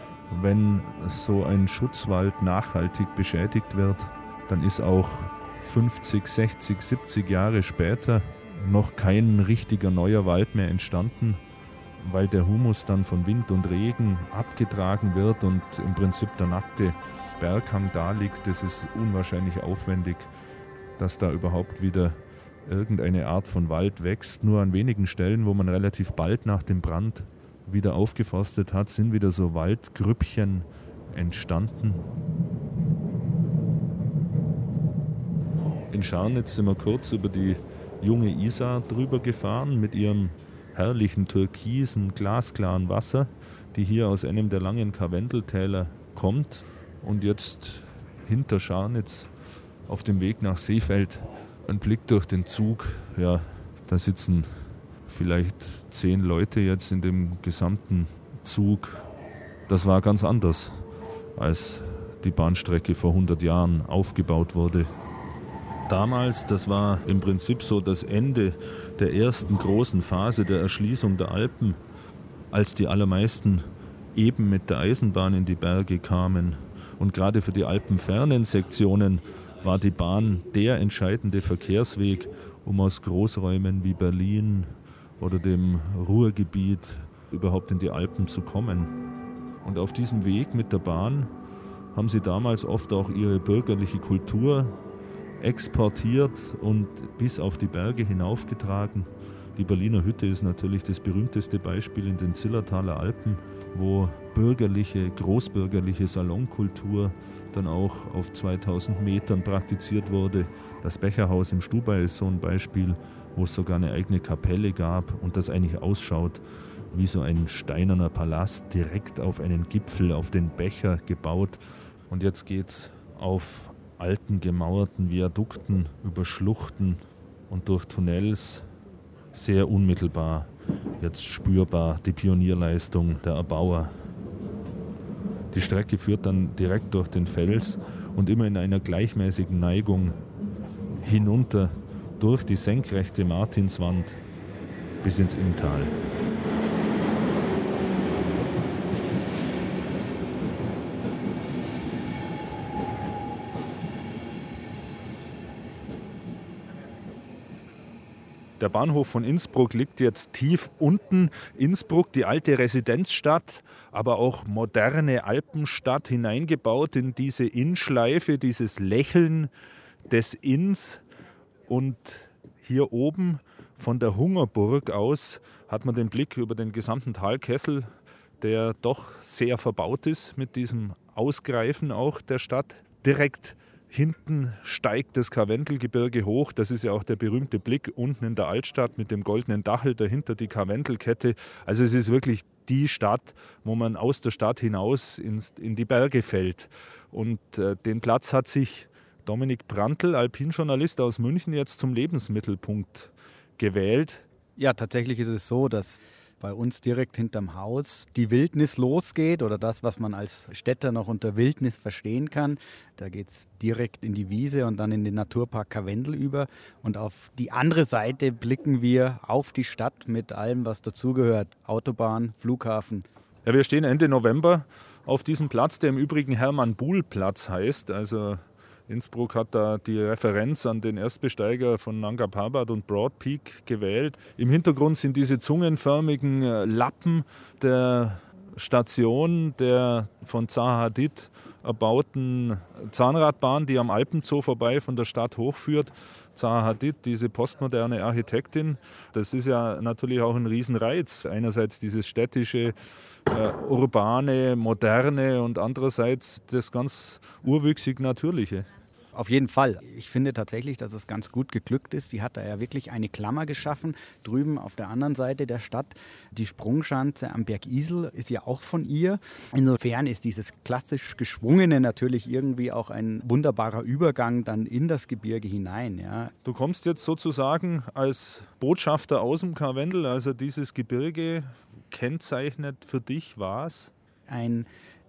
wenn so ein Schutzwald nachhaltig beschädigt wird. Dann ist auch fünfzig, sechzig, siebzig Jahre später noch kein richtiger neuer Wald mehr entstanden, weil der Humus dann von Wind und Regen abgetragen wird und im Prinzip der nackte Berghang da liegt. Das ist unwahrscheinlich aufwendig, dass da überhaupt wieder irgendeine Art von Wald wächst. Nur an wenigen Stellen, wo man relativ bald nach dem Brand wieder aufgeforstet hat, sind wieder so Waldgrüppchen entstanden. In Scharnitz sind wir kurz über die junge Isar drüber gefahren mit ihrem herrlichen türkisen, glasklaren Wasser, die hier aus einem der langen Karwendeltäler kommt. Und jetzt hinter Scharnitz auf dem Weg nach Seefeld ein Blick durch den Zug. Ja, da sitzen vielleicht zehn Leute jetzt in dem gesamten Zug. Das war ganz anders, als die Bahnstrecke vor hundert Jahren aufgebaut wurde. Damals, das war im Prinzip so das Ende der ersten großen Phase der Erschließung der Alpen, als die allermeisten eben mit der Eisenbahn in die Berge kamen. Und gerade für die alpenfernen Sektionen war die Bahn der entscheidende Verkehrsweg, um aus Großräumen wie Berlin oder dem Ruhrgebiet überhaupt in die Alpen zu kommen. Und auf diesem Weg mit der Bahn haben sie damals oft auch ihre bürgerliche Kultur exportiert und bis auf die Berge hinaufgetragen. Die Berliner Hütte ist natürlich das berühmteste Beispiel in den Zillertaler Alpen, wo bürgerliche, großbürgerliche Salonkultur dann auch auf zweitausend Metern praktiziert wurde. Das Becherhaus im Stubai ist so ein Beispiel, wo es sogar eine eigene Kapelle gab und das eigentlich ausschaut wie so ein steinerner Palast, direkt auf einen Gipfel, auf den Becher gebaut. Und jetzt geht's auf alten, gemauerten Viadukten, über Schluchten und durch Tunnels, sehr unmittelbar, jetzt spürbar die Pionierleistung der Erbauer. Die Strecke führt dann direkt durch den Fels und immer in einer gleichmäßigen Neigung hinunter durch die senkrechte Martinswand bis ins Inntal. Der Bahnhof von Innsbruck liegt jetzt tief unten. Innsbruck, die alte Residenzstadt, aber auch moderne Alpenstadt, hineingebaut in diese Innschleife, dieses Lächeln des Inns. Und hier oben von der Hungerburg aus hat man den Blick über den gesamten Talkessel, der doch sehr verbaut ist mit diesem Ausgreifen auch der Stadt. Direkt hinten steigt das Karwendelgebirge hoch. Das ist ja auch der berühmte Blick unten in der Altstadt mit dem goldenen Dachel, dahinter die Karwendelkette. Also es ist wirklich die Stadt, wo man aus der Stadt hinaus ins, in die Berge fällt. Und äh, den Platz hat sich Dominik Brandl, Alpinjournalist aus München, jetzt zum Lebensmittelpunkt gewählt. Ja, tatsächlich ist es so, dass bei uns direkt hinterm Haus die Wildnis losgeht oder das, was man als Städter noch unter Wildnis verstehen kann. Da geht es direkt in die Wiese und dann in den Naturpark Karwendel über. Und auf die andere Seite blicken wir auf die Stadt mit allem, was dazugehört. Autobahn, Flughafen. Ja, wir stehen Ende November auf diesem Platz, der im Übrigen Hermann-Buhl-Platz heißt. Also Innsbruck hat da die Referenz an den Erstbesteiger von Nanga Parbat und Broad Peak gewählt. Im Hintergrund sind diese zungenförmigen Lappen der Station der von Zaha Hadid erbauten Zahnradbahn, die am Alpenzoo vorbei von der Stadt hochführt. Zaha Hadid, diese postmoderne Architektin, das ist ja natürlich auch ein Riesenreiz. Einerseits dieses städtische, äh, urbane, moderne und andererseits das ganz urwüchsig Natürliche. Auf jeden Fall. Ich finde tatsächlich, dass es ganz gut geglückt ist. Sie hat da ja wirklich eine Klammer geschaffen. Drüben auf der anderen Seite der Stadt, die Sprungschanze am Berg Isel ist ja auch von ihr. Insofern ist dieses klassisch Geschwungene natürlich irgendwie auch ein wunderbarer Übergang dann in das Gebirge hinein. Ja. Du kommst jetzt sozusagen als Botschafter aus dem Karwendel, also dieses Gebirge kennzeichnet für dich was? Ein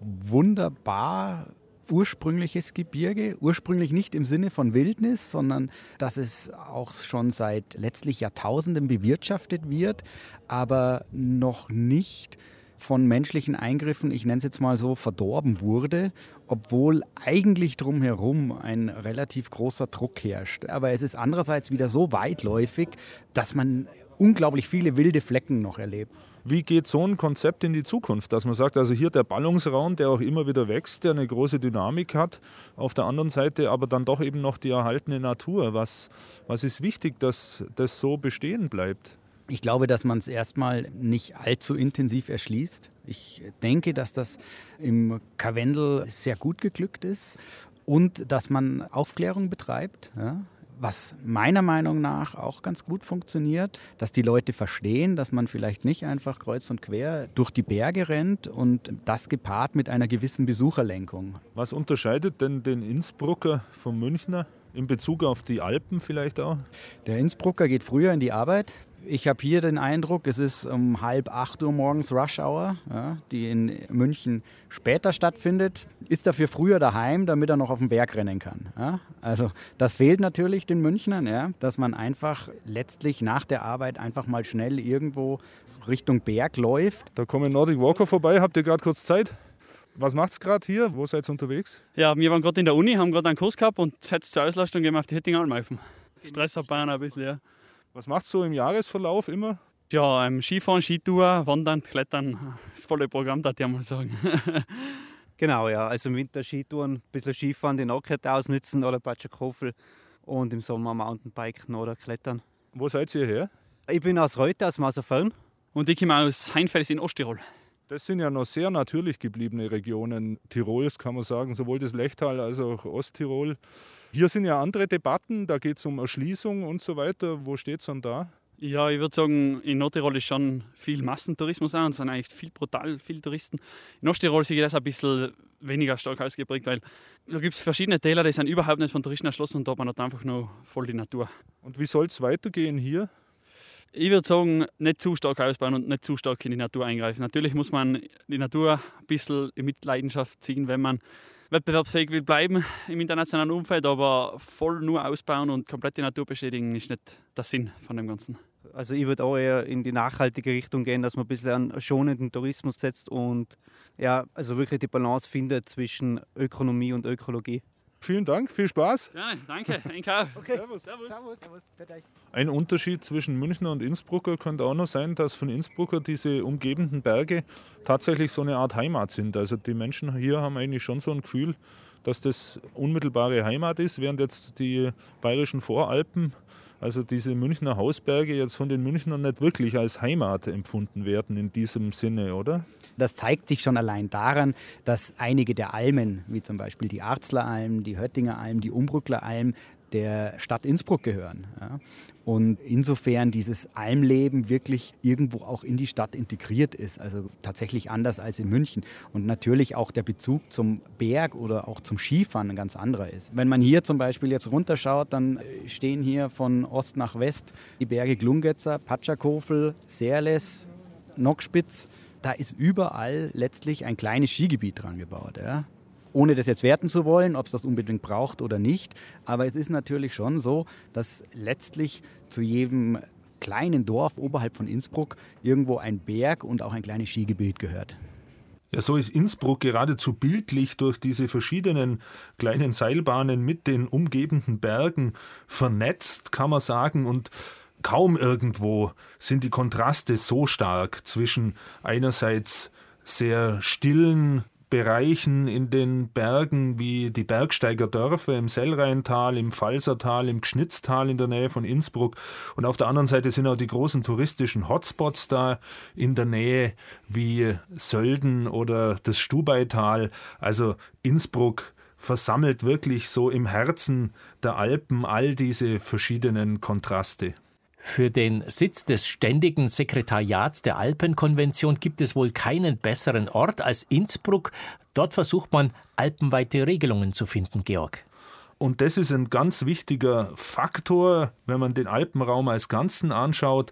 wunderbar ursprüngliches Gebirge, ursprünglich nicht im Sinne von Wildnis, sondern dass es auch schon seit letztlich Jahrtausenden bewirtschaftet wird, aber noch nicht von menschlichen Eingriffen, ich nenne es jetzt mal so, verdorben wurde, obwohl eigentlich drumherum ein relativ großer Druck herrscht. Aber es ist andererseits wieder so weitläufig, dass man unglaublich viele wilde Flecken noch erlebt. Wie geht so ein Konzept in die Zukunft, dass man sagt, also hier der Ballungsraum, der auch immer wieder wächst, der eine große Dynamik hat, auf der anderen Seite aber dann doch eben noch die erhaltene Natur. Was, was ist wichtig, dass das so bestehen bleibt? Ich glaube, dass man es erstmal nicht allzu intensiv erschließt. Ich denke, dass das im Karwendel sehr gut geglückt ist und dass man Aufklärung betreibt. Ja? Was meiner Meinung nach auch ganz gut funktioniert, dass die Leute verstehen, dass man vielleicht nicht einfach kreuz und quer durch die Berge rennt und das gepaart mit einer gewissen Besucherlenkung. Was unterscheidet denn den Innsbrucker vom Münchner in Bezug auf die Alpen vielleicht auch? Der Innsbrucker geht früher in die Arbeit, Ich habe hier den Eindruck, es ist um halb acht Uhr morgens Rush Hour, ja, die in München später stattfindet. Ist dafür früher daheim, damit er noch auf den Berg rennen kann. Ja. Also das fehlt natürlich den Münchnern, ja, dass man einfach letztlich nach der Arbeit einfach mal schnell irgendwo Richtung Berg läuft. Da kommen Nordic Walker vorbei. Habt ihr gerade kurz Zeit? Was macht's gerade hier? Wo seid ihr unterwegs? Ja, wir waren gerade in der Uni, haben gerade einen Kurs gehabt und jetzt zur Auslastung gehen wir auf die Hittinger Alm auf. Stress abbauen ein bisschen, ja. Was macht so im Jahresverlauf immer? Ja, ähm, Skifahren, Skitour, Wandern, Klettern, das volle Programm, darf ich mal sagen. Genau, ja, also im Winter Skitouren, ein bisschen Skifahren, die Nackkette ausnützen oder Patschakofel und im Sommer Mountainbiken oder Klettern. Wo seid ihr her? Ich bin aus Reute, aus Mausafern. Und ich komme aus Heinfels in Osttirol. Das sind ja noch sehr natürlich gebliebene Regionen Tirols, kann man sagen, sowohl das Lechtal als auch Osttirol. Hier sind ja andere Debatten, da geht es um Erschließung und so weiter. Wo steht es dann da? Ja, ich würde sagen, in Nordtirol ist schon viel Massentourismus auch und es sind eigentlich viel brutal viele Touristen. In Osttirol sehe ich das ein bisschen weniger stark ausgeprägt, weil da gibt es verschiedene Täler, die sind überhaupt nicht von Touristen erschlossen und da hat man einfach noch voll die Natur. Und wie soll es weitergehen hier? Ich würde sagen, nicht zu stark ausbauen und nicht zu stark in die Natur eingreifen. Natürlich muss man die Natur ein bisschen in Mitleidenschaft ziehen, wenn man wettbewerbsfähig will bleiben im internationalen Umfeld, aber voll nur ausbauen und komplett die Natur beschädigen ist nicht der Sinn von dem Ganzen. Also ich würde auch eher in die nachhaltige Richtung gehen, dass man ein bisschen einen schonenden Tourismus setzt und ja, also wirklich die Balance findet zwischen Ökonomie und Ökologie. Vielen Dank, viel Spaß. Gerne, danke. Einkauf. Okay. Servus. Servus. Servus. Servus. Ein Unterschied zwischen Münchner und Innsbrucker könnte auch noch sein, dass von Innsbrucker diese umgebenden Berge tatsächlich so eine Art Heimat sind. Also die Menschen hier haben eigentlich schon so ein Gefühl, dass das unmittelbare Heimat ist, während jetzt die bayerischen Voralpen, also diese Münchner Hausberge, jetzt von den Münchnern nicht wirklich als Heimat empfunden werden in diesem Sinne, oder? Das zeigt sich schon allein daran, dass einige der Almen, wie zum Beispiel die Arzler Alm, die Höttinger Alm, die Umbrückler Alm, der Stadt Innsbruck gehören. Ja. Und insofern dieses Almleben wirklich irgendwo auch in die Stadt integriert ist, also tatsächlich anders als in München. Und natürlich auch der Bezug zum Berg oder auch zum Skifahren ein ganz anderer ist. Wenn man hier zum Beispiel jetzt runterschaut, dann stehen hier von Ost nach West die Berge Glungetzer, Patschakofel, Serles, Nockspitz. Da ist überall letztlich ein kleines Skigebiet dran gebaut. Ja. Ohne das jetzt werten zu wollen, ob es das unbedingt braucht oder nicht. Aber es ist natürlich schon so, dass letztlich zu jedem kleinen Dorf oberhalb von Innsbruck irgendwo ein Berg und auch ein kleines Skigebiet gehört. Ja, so ist Innsbruck geradezu bildlich durch diese verschiedenen kleinen Seilbahnen mit den umgebenden Bergen vernetzt, kann man sagen. Und kaum irgendwo sind die Kontraste so stark zwischen einerseits sehr stillen Bereichen in den Bergen wie die Bergsteiger Dörfer im Sellrheintal, im Pfalzertal, im Gschnitztal in der Nähe von Innsbruck. Und auf der anderen Seite sind auch die großen touristischen Hotspots da in der Nähe wie Sölden oder das Stubaital. Also Innsbruck versammelt wirklich so im Herzen der Alpen all diese verschiedenen Kontraste. Für den Sitz des ständigen Sekretariats der Alpenkonvention gibt es wohl keinen besseren Ort als Innsbruck. Dort versucht man, alpenweite Regelungen zu finden, Georg. Und das ist ein ganz wichtiger Faktor, wenn man den Alpenraum als Ganzen anschaut.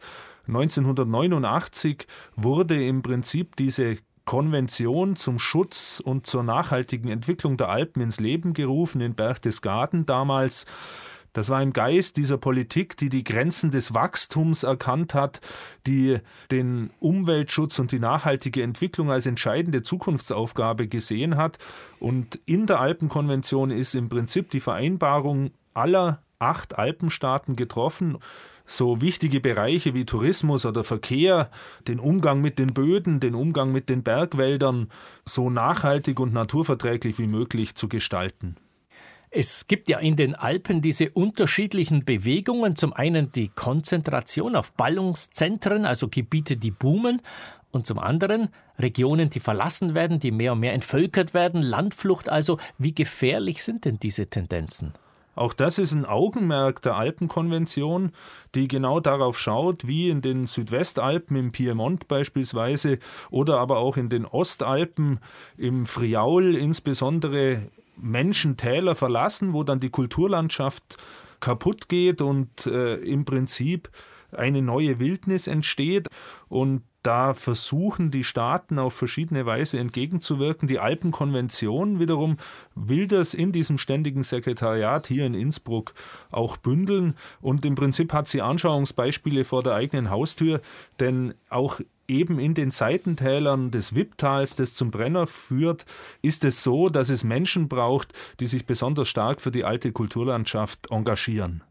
neunzehnhundertneunundachtzig wurde im Prinzip diese Konvention zum Schutz und zur nachhaltigen Entwicklung der Alpen ins Leben gerufen, in Berchtesgaden damals. Das war im Geist dieser Politik, die die Grenzen des Wachstums erkannt hat, die den Umweltschutz und die nachhaltige Entwicklung als entscheidende Zukunftsaufgabe gesehen hat. Und in der Alpenkonvention ist im Prinzip die Vereinbarung aller acht Alpenstaaten getroffen. So wichtige Bereiche wie Tourismus oder Verkehr, den Umgang mit den Böden, den Umgang mit den Bergwäldern so nachhaltig und naturverträglich wie möglich zu gestalten. Es gibt ja in den Alpen diese unterschiedlichen Bewegungen. Zum einen die Konzentration auf Ballungszentren, also Gebiete, die boomen. Und zum anderen Regionen, die verlassen werden, die mehr und mehr entvölkert werden. Landflucht also. Wie gefährlich sind denn diese Tendenzen? Auch das ist ein Augenmerk der Alpenkonvention, die genau darauf schaut, wie in den Südwestalpen im Piemont beispielsweise oder aber auch in den Ostalpen im Friaul insbesondere Menschen Täler verlassen, wo dann die Kulturlandschaft kaputt geht und äh, im Prinzip eine neue Wildnis entsteht. Und da versuchen die Staaten auf verschiedene Weise entgegenzuwirken. Die Alpenkonvention wiederum will das in diesem ständigen Sekretariat hier in Innsbruck auch bündeln. Und im Prinzip hat sie Anschauungsbeispiele vor der eigenen Haustür, denn auch eben in den Seitentälern des Wipptals, das zum Brenner führt, ist es so, dass es Menschen braucht, die sich besonders stark für die alte Kulturlandschaft engagieren.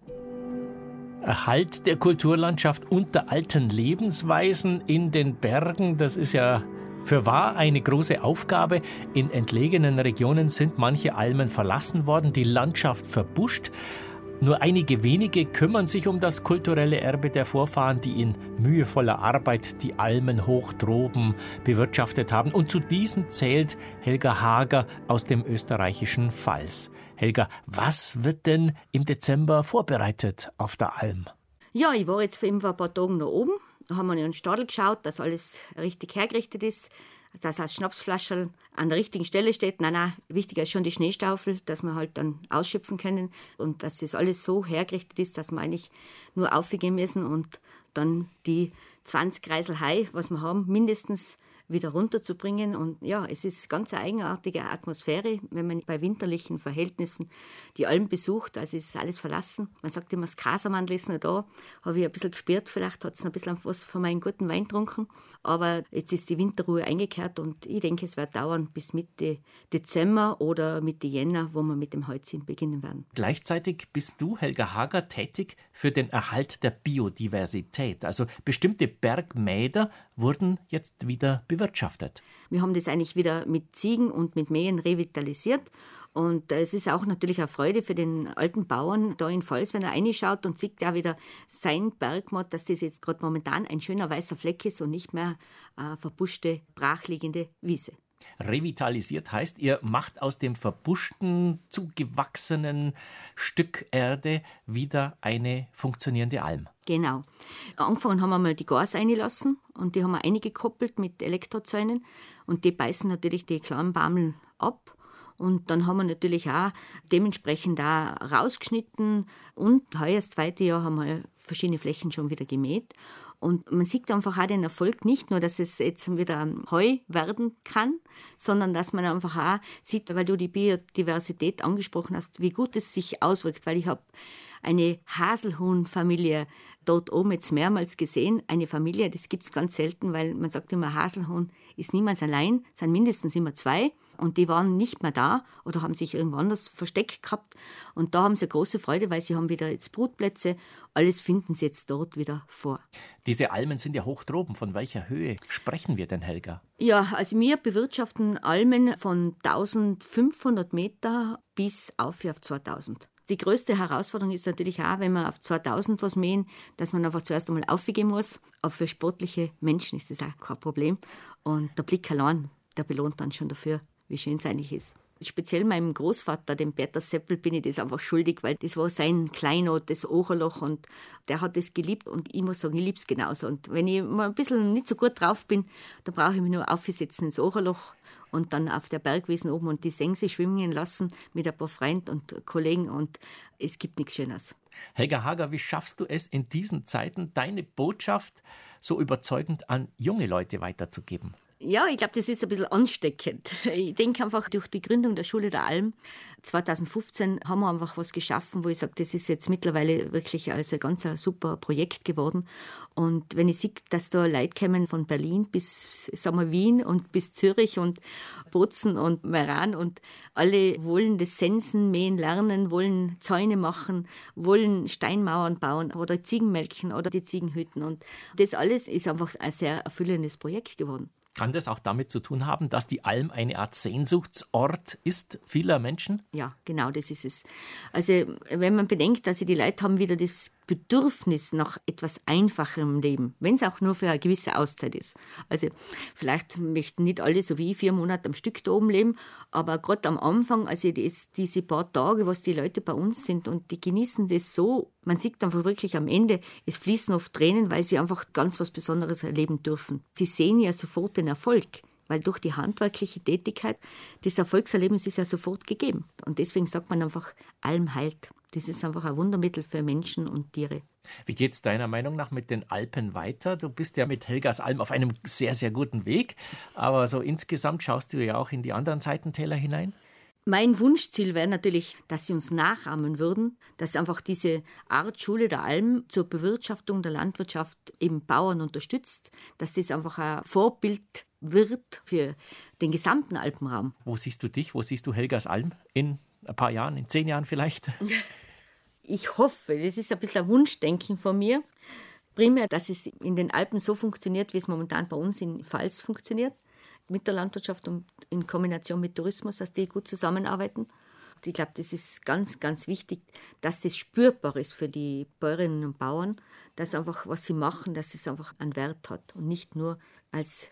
Erhalt der Kulturlandschaft und der alten Lebensweisen in den Bergen, das ist ja fürwahr eine große Aufgabe. In entlegenen Regionen sind manche Almen verlassen worden, die Landschaft verbuscht. Nur einige wenige kümmern sich um das kulturelle Erbe der Vorfahren, die in mühevoller Arbeit die Almen hoch droben bewirtschaftet haben. Und zu diesen zählt Helga Hager aus dem österreichischen Pfalz. Helga, was wird denn im Dezember vorbereitet auf der Alm? Ja, ich war jetzt vor ein paar Tagen noch oben. Da haben wir in den Stadel geschaut, dass alles richtig hergerichtet ist. Dass das Schnapsflascherl an der richtigen Stelle steht. Nein, nein, wichtiger ist schon die Schneestaufel, dass wir halt dann ausschöpfen können. Und dass das alles so hergerichtet ist, dass wir eigentlich nur aufgehen müssen und dann die zwanzig Kreisel Hai, was wir haben, mindestens wieder runterzubringen. Und ja, es ist ganz eine eigenartige Atmosphäre, wenn man bei winterlichen Verhältnissen die Alm besucht. Also es ist alles verlassen. Man sagt immer, das Kasermannl ist noch da. Habe ich ein bisschen gespürt, vielleicht hat es noch ein bisschen was von meinem guten Wein getrunken. Aber jetzt ist die Winterruhe eingekehrt und ich denke, es wird dauern bis Mitte Dezember oder Mitte Jänner, wo wir mit dem Holzziehen beginnen werden. Gleichzeitig bist du, Helga Hager, tätig für den Erhalt der Biodiversität. Also bestimmte Bergmäder wurden jetzt wieder bewirtschaftet. Wir haben das eigentlich wieder mit Ziegen und mit Mähen revitalisiert. Und es ist auch natürlich eine Freude für den alten Bauern da in Pfalz, wenn er reinschaut und sieht ja wieder sein Bergmatt, dass das jetzt gerade momentan ein schöner weißer Fleck ist und nicht mehr eine verbuschte, brachliegende Wiese. Revitalisiert heißt, ihr macht aus dem verbuschten, zugewachsenen Stück Erde wieder eine funktionierende Alm. Genau. Angefangen haben wir mal die Gas eingelassen und die haben wir eingekoppelt mit Elektrozäunen und die beißen natürlich die kleinen Baumeln ab. Und dann haben wir natürlich auch dementsprechend auch rausgeschnitten und heuer das zweite Jahr haben wir verschiedene Flächen schon wieder gemäht. Und man sieht einfach auch den Erfolg, nicht nur, dass es jetzt wieder Heu werden kann, sondern dass man einfach auch sieht, weil du die Biodiversität angesprochen hast, wie gut es sich auswirkt. Weil ich habe eine Haselhuhn-Familie dort oben jetzt mehrmals gesehen. Eine Familie, das gibt es ganz selten, weil man sagt immer, Haselhuhn ist niemals allein, es sind mindestens immer zwei. Und die waren nicht mehr da oder haben sich irgendwo anders versteckt gehabt. Und da haben sie große Freude, weil sie haben wieder jetzt Brutplätze. Alles finden sie jetzt dort wieder vor. Diese Almen sind ja hoch droben. Von welcher Höhe sprechen wir denn, Helga? Ja, also wir bewirtschaften Almen von eintausendfünfhundert Meter bis auf auf zweitausend. Die größte Herausforderung ist natürlich auch, wenn wir auf zweitausend was mähen, dass man einfach zuerst einmal aufgehen muss. Aber für sportliche Menschen ist das auch kein Problem. Und der Blick allein, der belohnt dann schon dafür, wie schön es eigentlich ist. Speziell meinem Großvater, dem Peter Seppel, bin ich das einfach schuldig, weil das war sein Kleinod, das Ocherloch, und der hat das geliebt und ich muss sagen, ich liebe es genauso. Und wenn ich mal ein bisschen nicht so gut drauf bin, dann brauche ich mich nur aufsetzen ins Ocherloch und dann auf der Bergwiesen oben und die Sense schwimmen lassen mit ein paar Freunden und Kollegen und es gibt nichts Schönes. Helga Hager, wie schaffst du es in diesen Zeiten, deine Botschaft so überzeugend an junge Leute weiterzugeben? Ja, ich glaube, das ist ein bisschen ansteckend. Ich denke einfach, durch die Gründung der Schule der Alm zweitausendfünfzehn haben wir einfach was geschaffen, wo ich sage, das ist jetzt mittlerweile wirklich als ein ganz ein super Projekt geworden. Und wenn ich sehe, dass da Leute kommen von Berlin bis sagen wir, Wien und bis Zürich und Bozen und Meran und alle wollen das Sensen mähen lernen, wollen Zäune machen, wollen Steinmauern bauen oder Ziegen melken oder die Ziegen hüten. Und das alles ist einfach ein sehr erfüllendes Projekt geworden. Kann das auch damit zu tun haben, dass die Alm eine Art Sehnsuchtsort ist vieler Menschen? Ja, genau, das ist es. Also wenn man bedenkt, dass sie die Leute haben wieder das Bedürfnis nach etwas Einfacherem Leben, wenn es auch nur für eine gewisse Auszeit ist. Also vielleicht möchten nicht alle so wie ich vier Monate am Stück da oben leben, aber gerade am Anfang, also das, diese paar Tage, was die Leute bei uns sind und die genießen das so, man sieht einfach wirklich am Ende, es fließen oft Tränen, weil sie einfach ganz was Besonderes erleben dürfen. Sie sehen ja sofort den Erfolg, weil durch die handwerkliche Tätigkeit das Erfolgserlebnis ist ja sofort gegeben. Und deswegen sagt man einfach, Alm heilt. Das ist einfach ein Wundermittel für Menschen und Tiere. Wie geht es deiner Meinung nach mit den Alpen weiter? Du bist ja mit Helgasalm auf einem sehr, sehr guten Weg. Aber so insgesamt schaust du ja auch in die anderen Seitentäler hinein. Mein Wunschziel wäre natürlich, dass sie uns nachahmen würden, dass einfach diese Art Schule der Alm zur Bewirtschaftung der Landwirtschaft eben Bauern unterstützt, dass das einfach ein Vorbild wird für den gesamten Alpenraum. Wo siehst du dich? Wo siehst du Helgasalm in ein paar Jahren, in zehn Jahren vielleicht? Ich hoffe, das ist ein bisschen ein Wunschdenken von mir, primär, dass es in den Alpen so funktioniert, wie es momentan bei uns in Pfalz funktioniert, mit der Landwirtschaft und in Kombination mit Tourismus, dass die gut zusammenarbeiten. Ich glaube, das ist ganz, ganz wichtig, dass das spürbar ist für die Bäuerinnen und Bauern, dass einfach, was sie machen, dass es einfach einen Wert hat und nicht nur als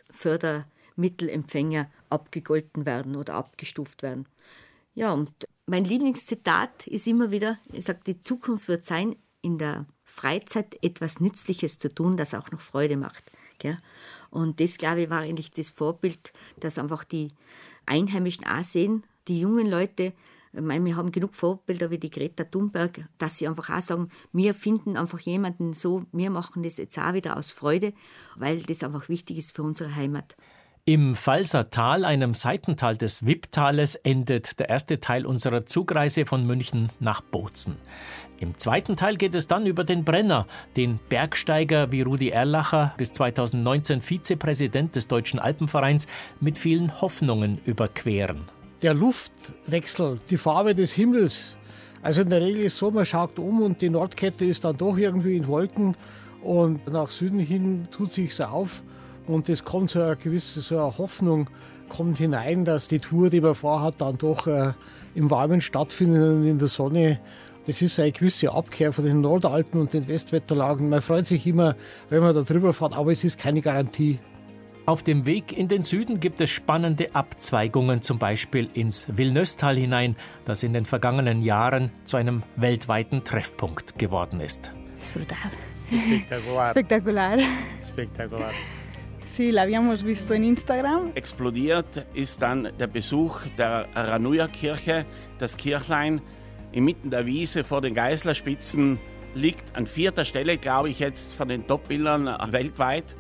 Fördermittelempfänger abgegolten werden oder abgestuft werden. Ja, und mein Lieblingszitat ist immer wieder, ich sage, die Zukunft wird sein, in der Freizeit etwas Nützliches zu tun, das auch noch Freude macht. Gell? Und das, glaube ich, war eigentlich das Vorbild, dass einfach die Einheimischen auch sehen, die jungen Leute. Ich meine, wir haben genug Vorbilder wie die Greta Thunberg, dass sie einfach auch sagen, wir finden einfach jemanden so, wir machen das jetzt auch wieder aus Freude, weil das einfach wichtig ist für unsere Heimat. Im Pfalzer Tal, einem Seitental des Wipptales, endet der erste Teil unserer Zugreise von München nach Bozen. Im zweiten Teil geht es dann über den Brenner, den Bergsteiger wie Rudi Erlacher, bis zweitausendneunzehn Vizepräsident des Deutschen Alpenvereins, mit vielen Hoffnungen überqueren. Der Luftwechsel, die Farbe des Himmels. Also in der Regel ist es so, man schaut um und die Nordkette ist dann doch irgendwie in Wolken und nach Süden hin tut sich's auf. Und es kommt so eine gewisse so eine Hoffnung kommt hinein, dass die Tour, die man vorhat, dann doch äh, im Warmen stattfindet und in der Sonne. Das ist eine gewisse Abkehr von den Nordalpen und den Westwetterlagen. Man freut sich immer, wenn man da drüber fährt, aber es ist keine Garantie. Auf dem Weg in den Süden gibt es spannende Abzweigungen, zum Beispiel ins Villeneuve-Tal hinein, das in den vergangenen Jahren zu einem weltweiten Treffpunkt geworden ist. Das ist brutal. Spektakular. Spektakular. Spektakular. Sí, la habíamos visto en Instagram. Explodiert ist dann der Besuch der Ranuja-Kirche. Das Kirchlein inmitten der Wiese vor den Geißlerspitzen liegt an vierter Stelle, glaube ich, jetzt von den Top-Bildern weltweit.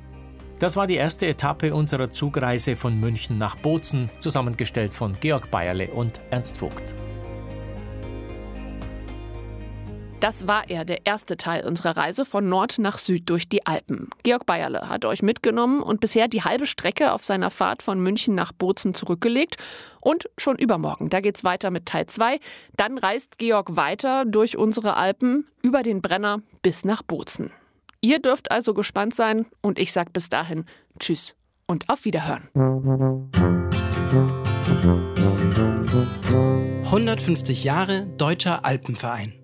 Das war die erste Etappe unserer Zugreise von München nach Bozen, zusammengestellt von Georg Bayerle und Ernst Vogt. Das war er, der erste Teil unserer Reise von Nord nach Süd durch die Alpen. Georg Bayerle hat euch mitgenommen und bisher die halbe Strecke auf seiner Fahrt von München nach Bozen zurückgelegt. Und schon übermorgen, da geht's weiter mit Teil zwei. Dann reist Georg weiter durch unsere Alpen, über den Brenner bis nach Bozen. Ihr dürft also gespannt sein und ich sag bis dahin Tschüss und auf Wiederhören. hundertfünfzig Jahre Deutscher Alpenverein.